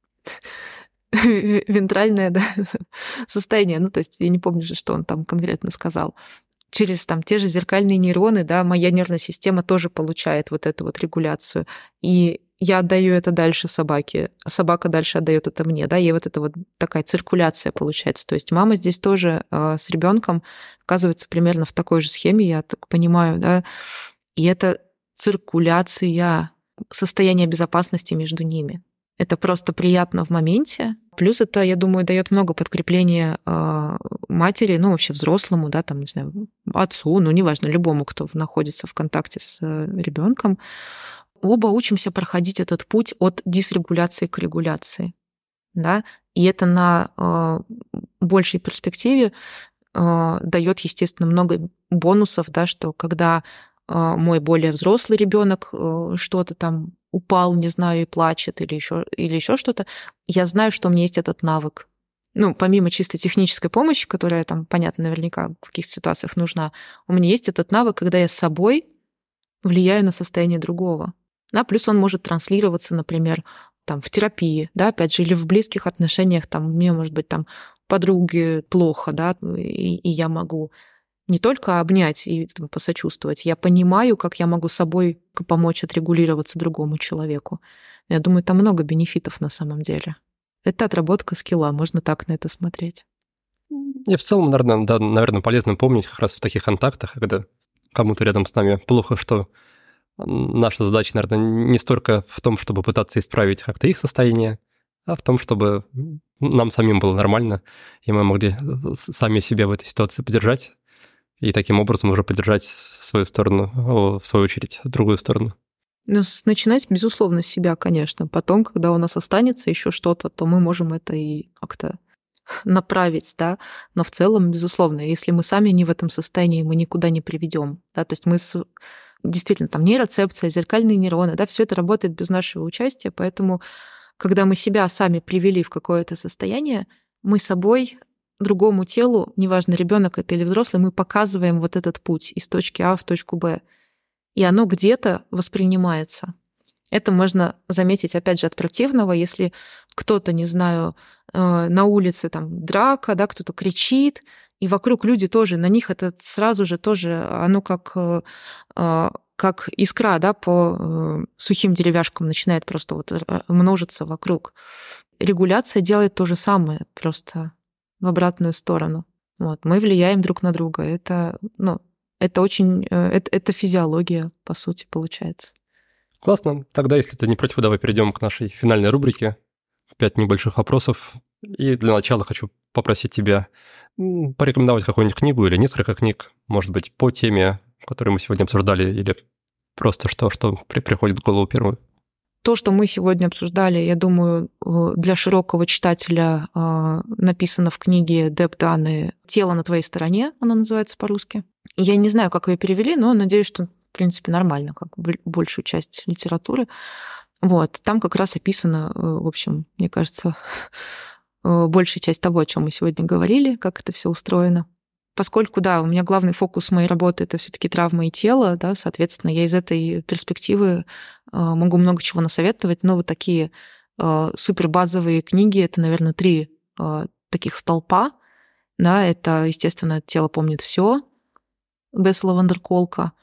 вентральное, да, состояние. Ну, то есть я не помню же, что он там конкретно сказал. Через там те же зеркальные нейроны, да, моя нервная система тоже получает вот эту вот регуляцию. И я отдаю это дальше собаке, а собака дальше отдает это мне, да, и вот это вот такая циркуляция получается. То есть мама здесь тоже э, с ребенком оказывается примерно в такой же схеме, я так понимаю, да, и это циркуляция состояния безопасности между ними. Это просто приятно в моменте. Плюс это, я думаю, дает много подкрепления э, матери, ну, вообще взрослому, да, там, не знаю, отцу, ну, неважно, любому, кто находится в контакте с э, ребенком. Оба учимся проходить этот путь от дисрегуляции к регуляции, да, и это на э, большей перспективе э, дает, естественно, много бонусов, да, что когда э, мой более взрослый ребенок э, что-то там упал, не знаю, и плачет, или еще, или еще что-то, я знаю, что у меня есть этот навык. Ну, помимо чисто технической помощи, которая там, понятно, наверняка в каких-то ситуациях нужна, у меня есть этот навык, когда я с собой влияю на состояние другого. Да, плюс он может транслироваться, например, там, в терапии, да, опять же, или в близких отношениях, там, мне, может быть, там, подруге плохо, да, и, и я могу не только обнять и там, посочувствовать, я понимаю, как я могу собой помочь отрегулироваться другому человеку. Я думаю, там много бенефитов на самом деле. Это отработка скилла, можно так на это смотреть. И в целом, наверное, да, наверное, полезно помнить как раз в таких контактах, когда кому-то рядом с нами плохо, что наша задача, наверное, не столько в том, чтобы пытаться исправить как-то их состояние, а в том, чтобы нам самим было нормально, и мы могли сами себя в этой ситуации поддержать, и таким образом уже поддержать свою сторону, в свою очередь, другую сторону. Ну, начинать, безусловно, с себя, конечно. Потом, когда у нас останется еще что-то, то мы можем это и как-то направить, да. Но в целом, безусловно, если мы сами не в этом состоянии, мы никуда не приведем, да. То есть мы с... действительно там нейроцепция, зеркальные нейроны, да, все это работает без нашего участия, поэтому, когда мы себя сами привели в какое-то состояние, мы собой другому телу, неважно, ребенок это или взрослый, мы показываем вот этот путь из точки А в точку Б. И оно где-то воспринимается. Это можно заметить, опять же, от противного, если кто-то, не знаю, на улице там драка, да, кто-то кричит, и вокруг люди тоже, на них это сразу же тоже, оно как, как искра, да, по сухим деревяшкам начинает просто вот множиться вокруг. Регуляция делает то же самое, просто в обратную сторону. Вот. Мы влияем друг на друга. Это, ну, это очень... Это, это физиология, по сути, получается. Классно. Тогда, если ты не против, давай перейдем к нашей финальной рубрике. Пять небольших вопросов. И для начала хочу попросить тебя порекомендовать какую-нибудь книгу или несколько книг, может быть, по теме, которую мы сегодня обсуждали, или просто что, что при, приходит в голову первую. То, что мы сегодня обсуждали, я думаю, для широкого читателя написано в книге Деб Даны «Тело на твоей стороне», она называется по-русски. Я не знаю, как ее перевели, но надеюсь, что, в принципе, нормально, как большую часть литературы. Вот. Там как раз описано, в общем, мне кажется, большая часть того, о чем мы сегодня говорили, как это все устроено. Поскольку, да, у меня главный фокус моей работы — это все-таки травма и тело, да, соответственно, я из этой перспективы могу много чего насоветовать, но вот такие супербазовые книги — это, наверное, три таких столпа, да, это, естественно, «Тело помнит все» Бессела ван дер Колка.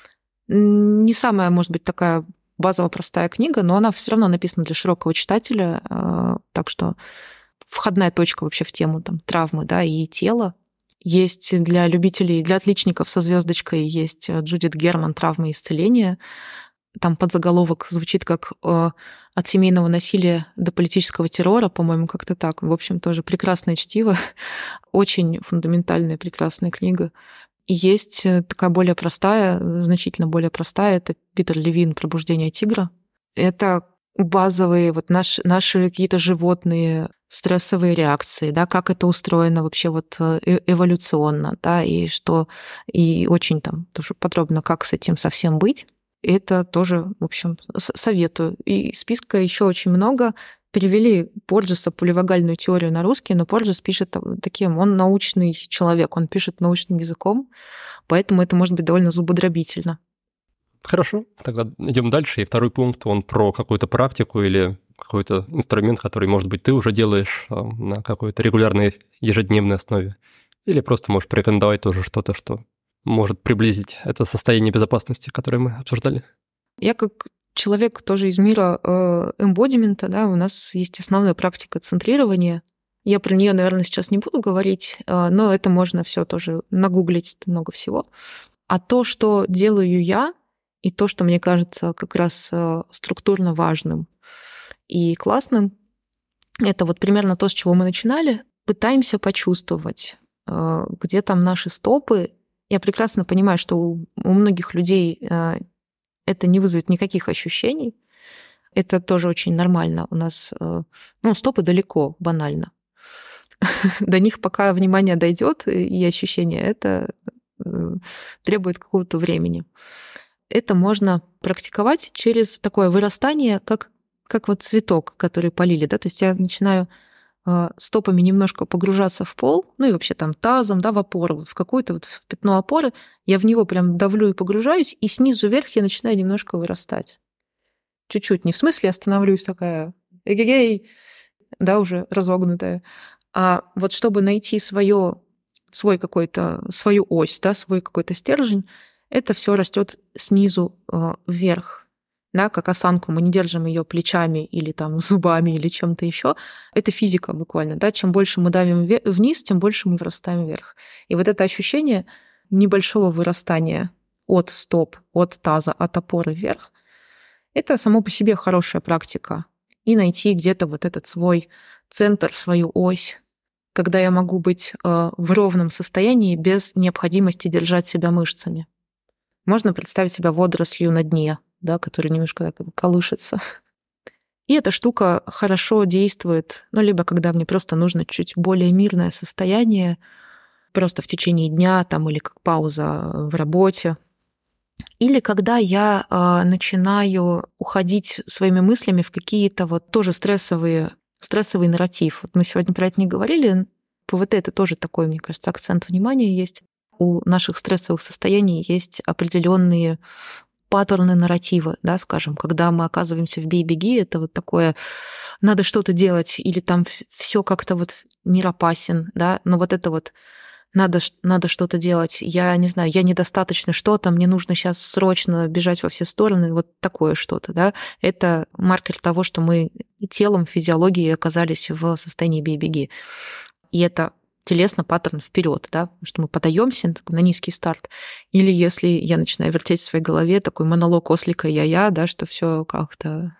Не самая, может быть, такая базово простая книга, но она все равно написана для широкого читателя, так что входная точка вообще в тему там травмы, да, и тела. Есть для любителей, для отличников со звездочкой есть Джудит Герман «Травма и исцеление». Там подзаголовок звучит как «От семейного насилия до политического террора», по-моему, как-то так. В общем, тоже прекрасное чтиво, очень фундаментальная, прекрасная книга. И есть такая более простая, значительно более простая, это Питер Левин «Пробуждение тигра». Это базовые вот наши, наши какие-то животные стрессовые реакции, да, как это устроено вообще вот эволюционно, да, и что, и очень там тоже подробно, как с этим совсем быть. Это тоже, в общем, советую. И списка еще очень много. Перевели Порджеса «Поливагальную теорию» на русский, но Порджес пишет таким, он научный человек, он пишет научным языком, поэтому это может быть довольно зубодробительно. Хорошо, тогда идем дальше. И второй пункт, он про какую-то практику или какой-то инструмент, который, может быть, ты уже делаешь на какой-то регулярной ежедневной основе. Или просто можешь порекомендовать тоже что-то, что может приблизить это состояние безопасности, которое мы обсуждали. Я как человек тоже из мира эмбодимента, да, у нас есть основная практика центрирования. Я про нее, наверное, сейчас не буду говорить, но это можно все тоже нагуглить, много всего. А то, что делаю я, и то, что мне кажется как раз структурно важным, и классным. Это вот примерно то, с чего мы начинали. Пытаемся почувствовать, где там наши стопы. Я прекрасно понимаю, что у многих людей это не вызовет никаких ощущений. Это тоже очень нормально. У нас, ну, стопы далеко, банально. До них пока внимание дойдет и ощущение, это требует какого-то времени. Это можно практиковать через такое вырастание, как, как вот цветок, который полили. Да? То есть я начинаю стопами немножко погружаться в пол, ну и вообще там тазом, да, в опору, вот в какое-то вот в пятно опоры, я в него прям давлю и погружаюсь, и снизу вверх я начинаю немножко вырастать. Чуть-чуть, не в смысле я становлюсь такая эгегей, да, уже разогнутая, а вот чтобы найти свое, свой какой-то, свою ось, да, свой какой-то стержень, это все растет снизу э, вверх. Да, как осанку, мы не держим ее плечами или там зубами или чем-то еще. Это физика буквально. Да? Чем больше мы давим вниз, тем больше мы вырастаем вверх. И вот это ощущение небольшого вырастания от стоп, от таза, от опоры вверх, это само по себе хорошая практика. И найти где-то вот этот свой центр, свою ось, когда я могу быть в ровном состоянии без необходимости держать себя мышцами. Можно представить себя водорослью на дне, да, который немножко так колышется. И эта штука хорошо действует, ну, либо когда мне просто нужно чуть более мирное состояние, просто в течение дня там, или как пауза в работе, или когда я э, начинаю уходить своими мыслями в какие-то вот тоже стрессовые, стрессовый нарратив. Вот мы сегодня про это не говорили, ПВТ — это тоже такой, мне кажется, акцент внимания есть. У наших стрессовых состояний есть определенные паттерны нарратива, да, скажем, когда мы оказываемся в бей-беги, это вот такое, надо что-то делать, или там все как-то вот мир опасен, да, но вот это вот надо, надо что-то делать, я не знаю, я недостаточно что-то, мне нужно сейчас срочно бежать во все стороны, вот такое что-то, да, это маркер того, что мы телом, физиологией оказались в состоянии бей-беги. И это телесно паттерн вперед, да, потому что мы подаемся на низкий старт. Или если я начинаю вертеть в своей голове такой монолог ослика я-я, да, что все как-то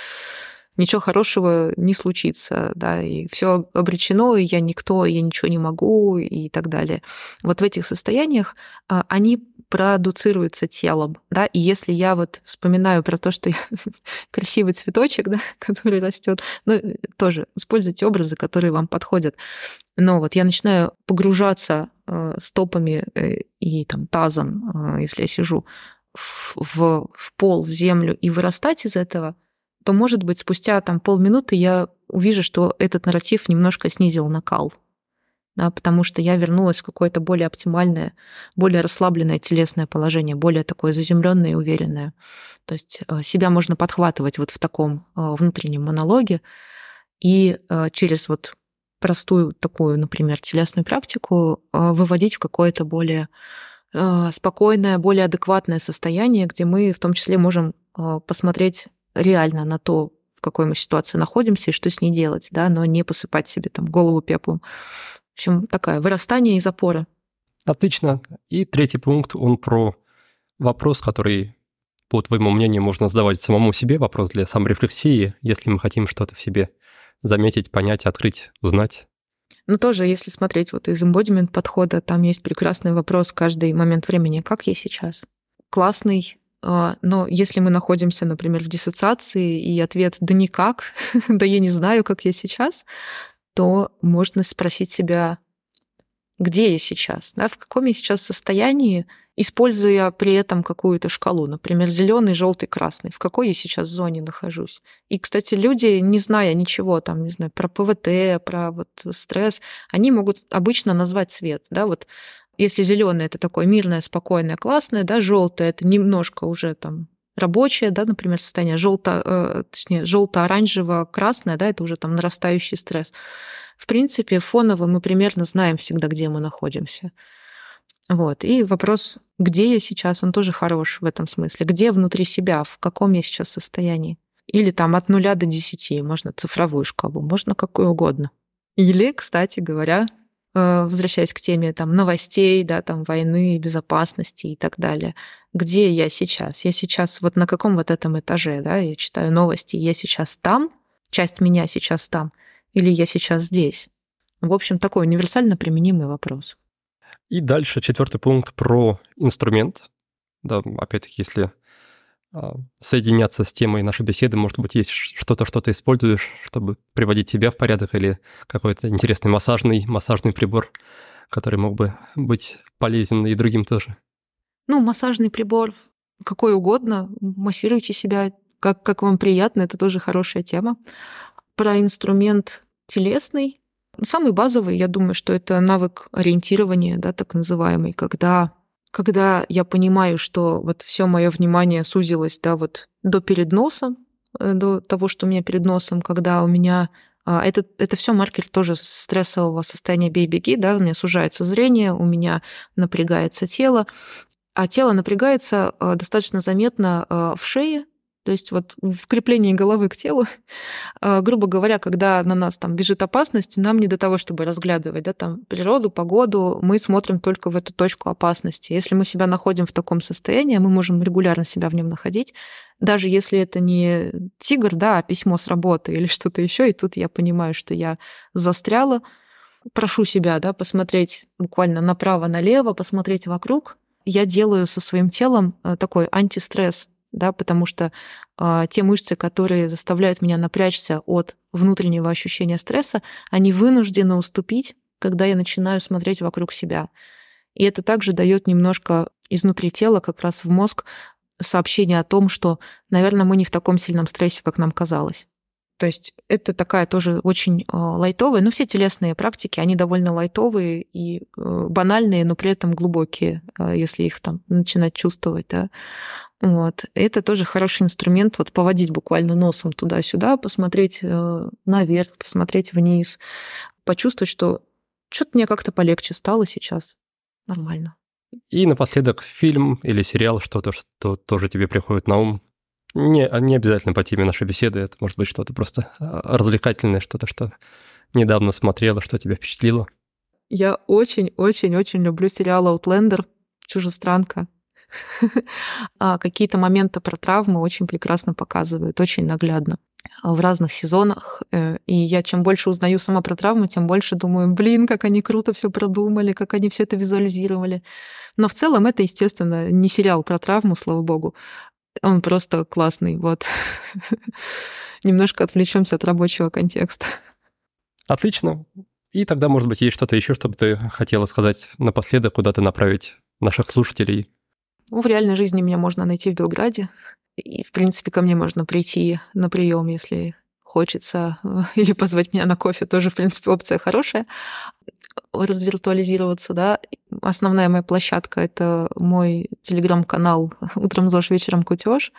ничего хорошего не случится, да, и все обречено, и я никто, и я ничего не могу, и так далее. Вот в этих состояниях они продуцируются телом, да, и если я вот вспоминаю про то, что я красивый цветочек, да, который растет, ну, тоже используйте образы, которые вам подходят. Но вот я начинаю погружаться стопами и там тазом, если я сижу, в, в пол, в землю, и вырастать из этого, то, может быть, спустя там полминуты я увижу, что этот нарратив немножко снизил накал, да, потому что я вернулась в какое-то более оптимальное, более расслабленное телесное положение, более такое заземленное и уверенное. То есть себя можно подхватывать вот в таком внутреннем монологе и через вот простую такую, например, телесную практику выводить в какое-то более спокойное, более адекватное состояние, где мы в том числе можем посмотреть реально на то, в какой мы ситуации находимся и что с ней делать, да, но не посыпать себе там голову пеплом. В общем, такое вырастание из опоры. Отлично. И третий пункт, он про вопрос, который, по твоему мнению, можно задавать самому себе, вопрос для саморефлексии, если мы хотим что-то в себе заметить, понять, открыть, узнать. Ну, тоже, если смотреть вот из embodiment подхода, там есть прекрасный вопрос каждый момент времени. Как я сейчас? Классный. Но если мы находимся, например, в диссоциации, и ответ «да никак», «да я не знаю, как я сейчас», то можно спросить себя, где я сейчас, да, в каком я сейчас состоянии, используя при этом какую-то шкалу, например, зеленый, желтый, красный, в какой я сейчас зоне нахожусь. И, кстати, люди, не зная ничего, там, не знаю, про ПВТ, про вот стресс, они могут обычно назвать цвет, да, вот если зеленый это такое мирное, спокойное, классное, да, желтое это немножко уже там рабочее, да, например, состояние желто, э, точнее, желто-оранжево-красное, да, это уже там нарастающий стресс. В принципе, фоново мы примерно знаем всегда, где мы находимся. Вот. И вопрос, где я сейчас, он тоже хорош в этом смысле. Где внутри себя, в каком я сейчас состоянии. Или там от нуля до десяти, можно цифровую шкалу, можно какую угодно. Или, кстати говоря, возвращаясь к теме там, новостей, да, там, войны, безопасности и так далее. Где я сейчас? Я сейчас вот на каком вот этом этаже, да, я читаю новости, я сейчас там, часть меня сейчас там или я сейчас здесь. В общем, такой универсально применимый вопрос. И дальше четвертый пункт про инструмент. Да, опять-таки, если а, соединяться с темой нашей беседы, может быть, есть что-то, что ты используешь, чтобы приводить себя в порядок, или какой-то интересный массажный, массажный прибор, который мог бы быть полезен и другим тоже. Ну, массажный прибор какой угодно, массируйте себя, как, как вам приятно, это тоже хорошая тема. Про инструмент телесный. Самый базовый, я думаю, что это навык ориентирования, да, так называемый, когда, когда я понимаю, что вот все мое внимание сузилось, да, вот до перед носом, до того, что у меня перед носом, когда у меня это, это все маркер тоже стрессового состояния бей-беги, да, у меня сужается зрение, у меня напрягается тело, а тело напрягается достаточно заметно в шее, то есть вот в креплении головы к телу, грубо говоря, когда на нас там бежит опасность, нам не до того, чтобы разглядывать, да, там, природу, погоду, мы смотрим только в эту точку опасности. Если мы себя находим в таком состоянии, мы можем регулярно себя в нем находить, даже если это не тигр, да, а письмо с работы или что-то еще, и тут я понимаю, что я застряла, прошу себя, да, посмотреть буквально направо-налево, посмотреть вокруг. Я делаю со своим телом такой антистресс, да, потому что э, те мышцы, которые заставляют меня напрячься от внутреннего ощущения стресса, они вынуждены уступить, когда я начинаю смотреть вокруг себя. И это также дает немножко изнутри тела, как раз в мозг, сообщение о том, что, наверное, мы не в таком сильном стрессе, как нам казалось. То есть это такая тоже очень э, лайтовая, но все телесные практики, они довольно лайтовые и э, банальные, но при этом глубокие, э, если их там начинать чувствовать, да. Вот. Это тоже хороший инструмент, вот поводить буквально носом туда-сюда, посмотреть э, наверх, посмотреть вниз, почувствовать, что что-то мне как-то полегче стало сейчас. Нормально. И напоследок фильм или сериал, что-то, что тоже тебе приходит на ум. Не, не обязательно по теме нашей беседы, это может быть что-то просто развлекательное, что-то, что недавно смотрела, что тебя впечатлило. Я очень-очень-очень люблю сериал «Outlander», «Чужестранка». Какие-то моменты про травмы очень прекрасно показывают, очень наглядно в разных сезонах. И я чем больше узнаю сама про травму, тем больше думаю, блин, как они круто все продумали, как они все это визуализировали. Но в целом это, естественно, не сериал про травму, слава богу. Он просто классный, вот. Немножко отвлечемся от рабочего контекста. Отлично. И тогда, может быть, есть что-то еще, чтобы ты хотела сказать напоследок, куда-то направить наших слушателей? Ну, в реальной жизни меня можно найти в Белграде. И, в принципе, ко мне можно прийти на прием, если хочется, или позвать меня на кофе, тоже, в принципе, опция хорошая. Развиртуализироваться, да. Основная моя площадка — это мой телеграм-канал «Утром ЗОЖ, вечером кутеж».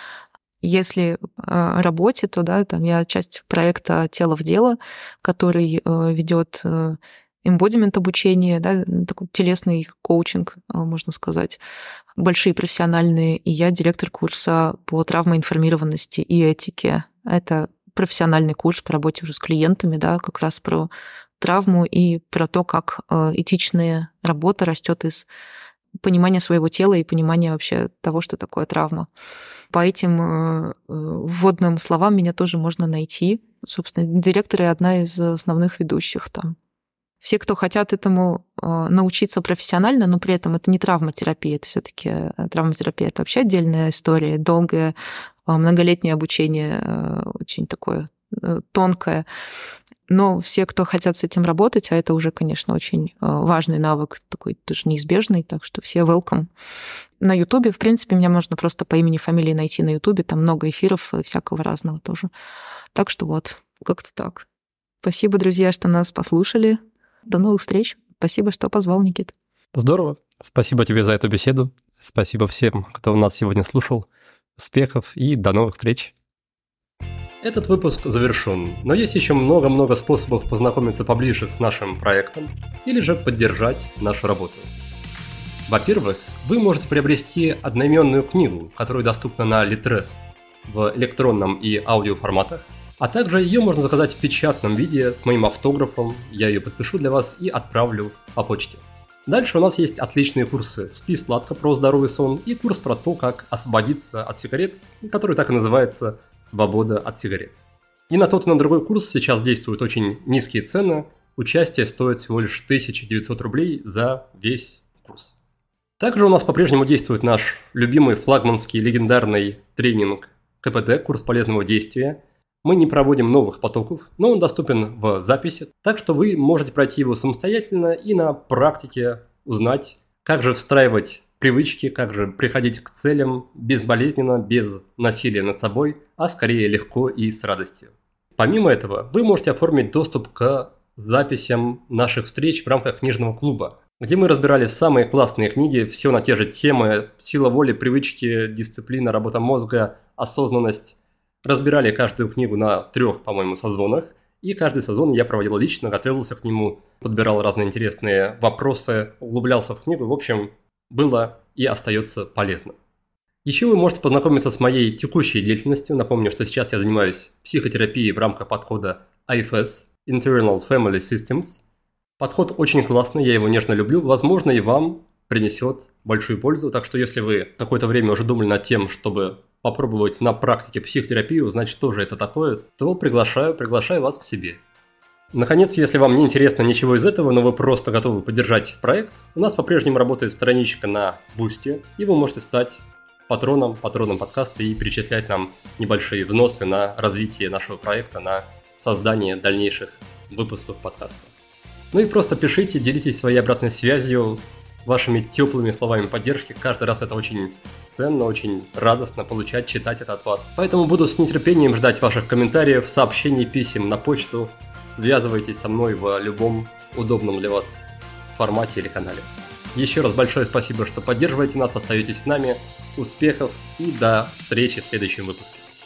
Если о работе, то да, там я часть проекта «Тело в дело», который ведет эмбодимент обучение, да, такой телесный коучинг, можно сказать, большие профессиональные. И я директор курса по травмоинформированности и этике. Это профессиональный курс по работе уже с клиентами, да, как раз про травму и про то, как этичная работа растет из понимания своего тела и понимания вообще того, что такое травма. По этим вводным словам меня тоже можно найти. Собственно, директор и одна из основных ведущих там. Все, кто хотят этому научиться профессионально, но при этом это не травматерапия, это все-таки травматерапия, это вообще отдельная история, долгое, многолетнее обучение, очень такое тонкое. Но все, кто хотят с этим работать, а это уже, конечно, очень важный навык, такой тоже неизбежный, так что все welcome. На Ютубе, в принципе, меня можно просто по имени, фамилии найти на Ютубе, там много эфиров всякого разного тоже. Так что вот, как-то так. Спасибо, друзья, что нас послушали. До новых встреч. Спасибо, что позвал, Никит. Здорово. Спасибо тебе за эту беседу. Спасибо всем, кто нас сегодня слушал. Успехов и до новых встреч. Этот выпуск завершен, но есть еще много-много способов познакомиться поближе с нашим проектом или же поддержать нашу работу. Во-первых, вы можете приобрести одноименную книгу, которая доступна на Литрес в электронном и аудиоформатах, а также ее можно заказать в печатном виде с моим автографом, я ее подпишу для вас и отправлю по почте. Дальше у нас есть отличные курсы «Спи сладко» про здоровый сон и курс про то, как освободиться от сигарет, который так и называется «Свобода от сигарет». И на тот и на другой курс сейчас действуют очень низкие цены. Участие стоит всего лишь тысяча девятьсот рублей за весь курс. Также у нас по-прежнему действует наш любимый флагманский легендарный тренинг ка пэ дэ, курс полезного действия. Мы не проводим новых потоков, но он доступен в записи, так что вы можете пройти его самостоятельно и на практике узнать, как же встраивать привычки, как же приходить к целям безболезненно, без насилия над собой, а скорее легко и с радостью. Помимо этого, вы можете оформить доступ к записям наших встреч в рамках книжного клуба, где мы разбирали самые классные книги, все на те же темы: сила воли, привычки, дисциплина, работа мозга, осознанность. Разбирали каждую книгу на трех, по-моему, созвонах, и каждый созвон я проводил лично, готовился к нему, подбирал разные интересные вопросы, углублялся в книгу. В общем, было и остается полезно. Еще вы можете познакомиться с моей текущей деятельностью. Напомню, что сейчас я занимаюсь психотерапией в рамках подхода ай эф эс – Internal Family Systems. Подход очень классный, я его нежно люблю. Возможно, и вам принесет большую пользу. Так что если вы какое-то время уже думали над тем, чтобы попробовать на практике психотерапию, узнать, что же это такое, то приглашаю, приглашаю вас к себе. Наконец, если вам не интересно ничего из этого, но вы просто готовы поддержать проект, у нас по-прежнему работает страничка на Boosty, и вы можете стать патроном, патроном подкаста и перечислять нам небольшие взносы на развитие нашего проекта, на создание дальнейших выпусков подкаста. Ну и просто пишите, делитесь своей обратной связью, вашими теплыми словами поддержки. Каждый раз это очень ценно, очень радостно получать, читать это от вас. Поэтому буду с нетерпением ждать ваших комментариев, сообщений, писем на почту. Связывайтесь со мной в любом удобном для вас формате или канале. Еще раз большое спасибо, что поддерживаете нас, остаетесь с нами. Успехов и до встречи в следующем выпуске.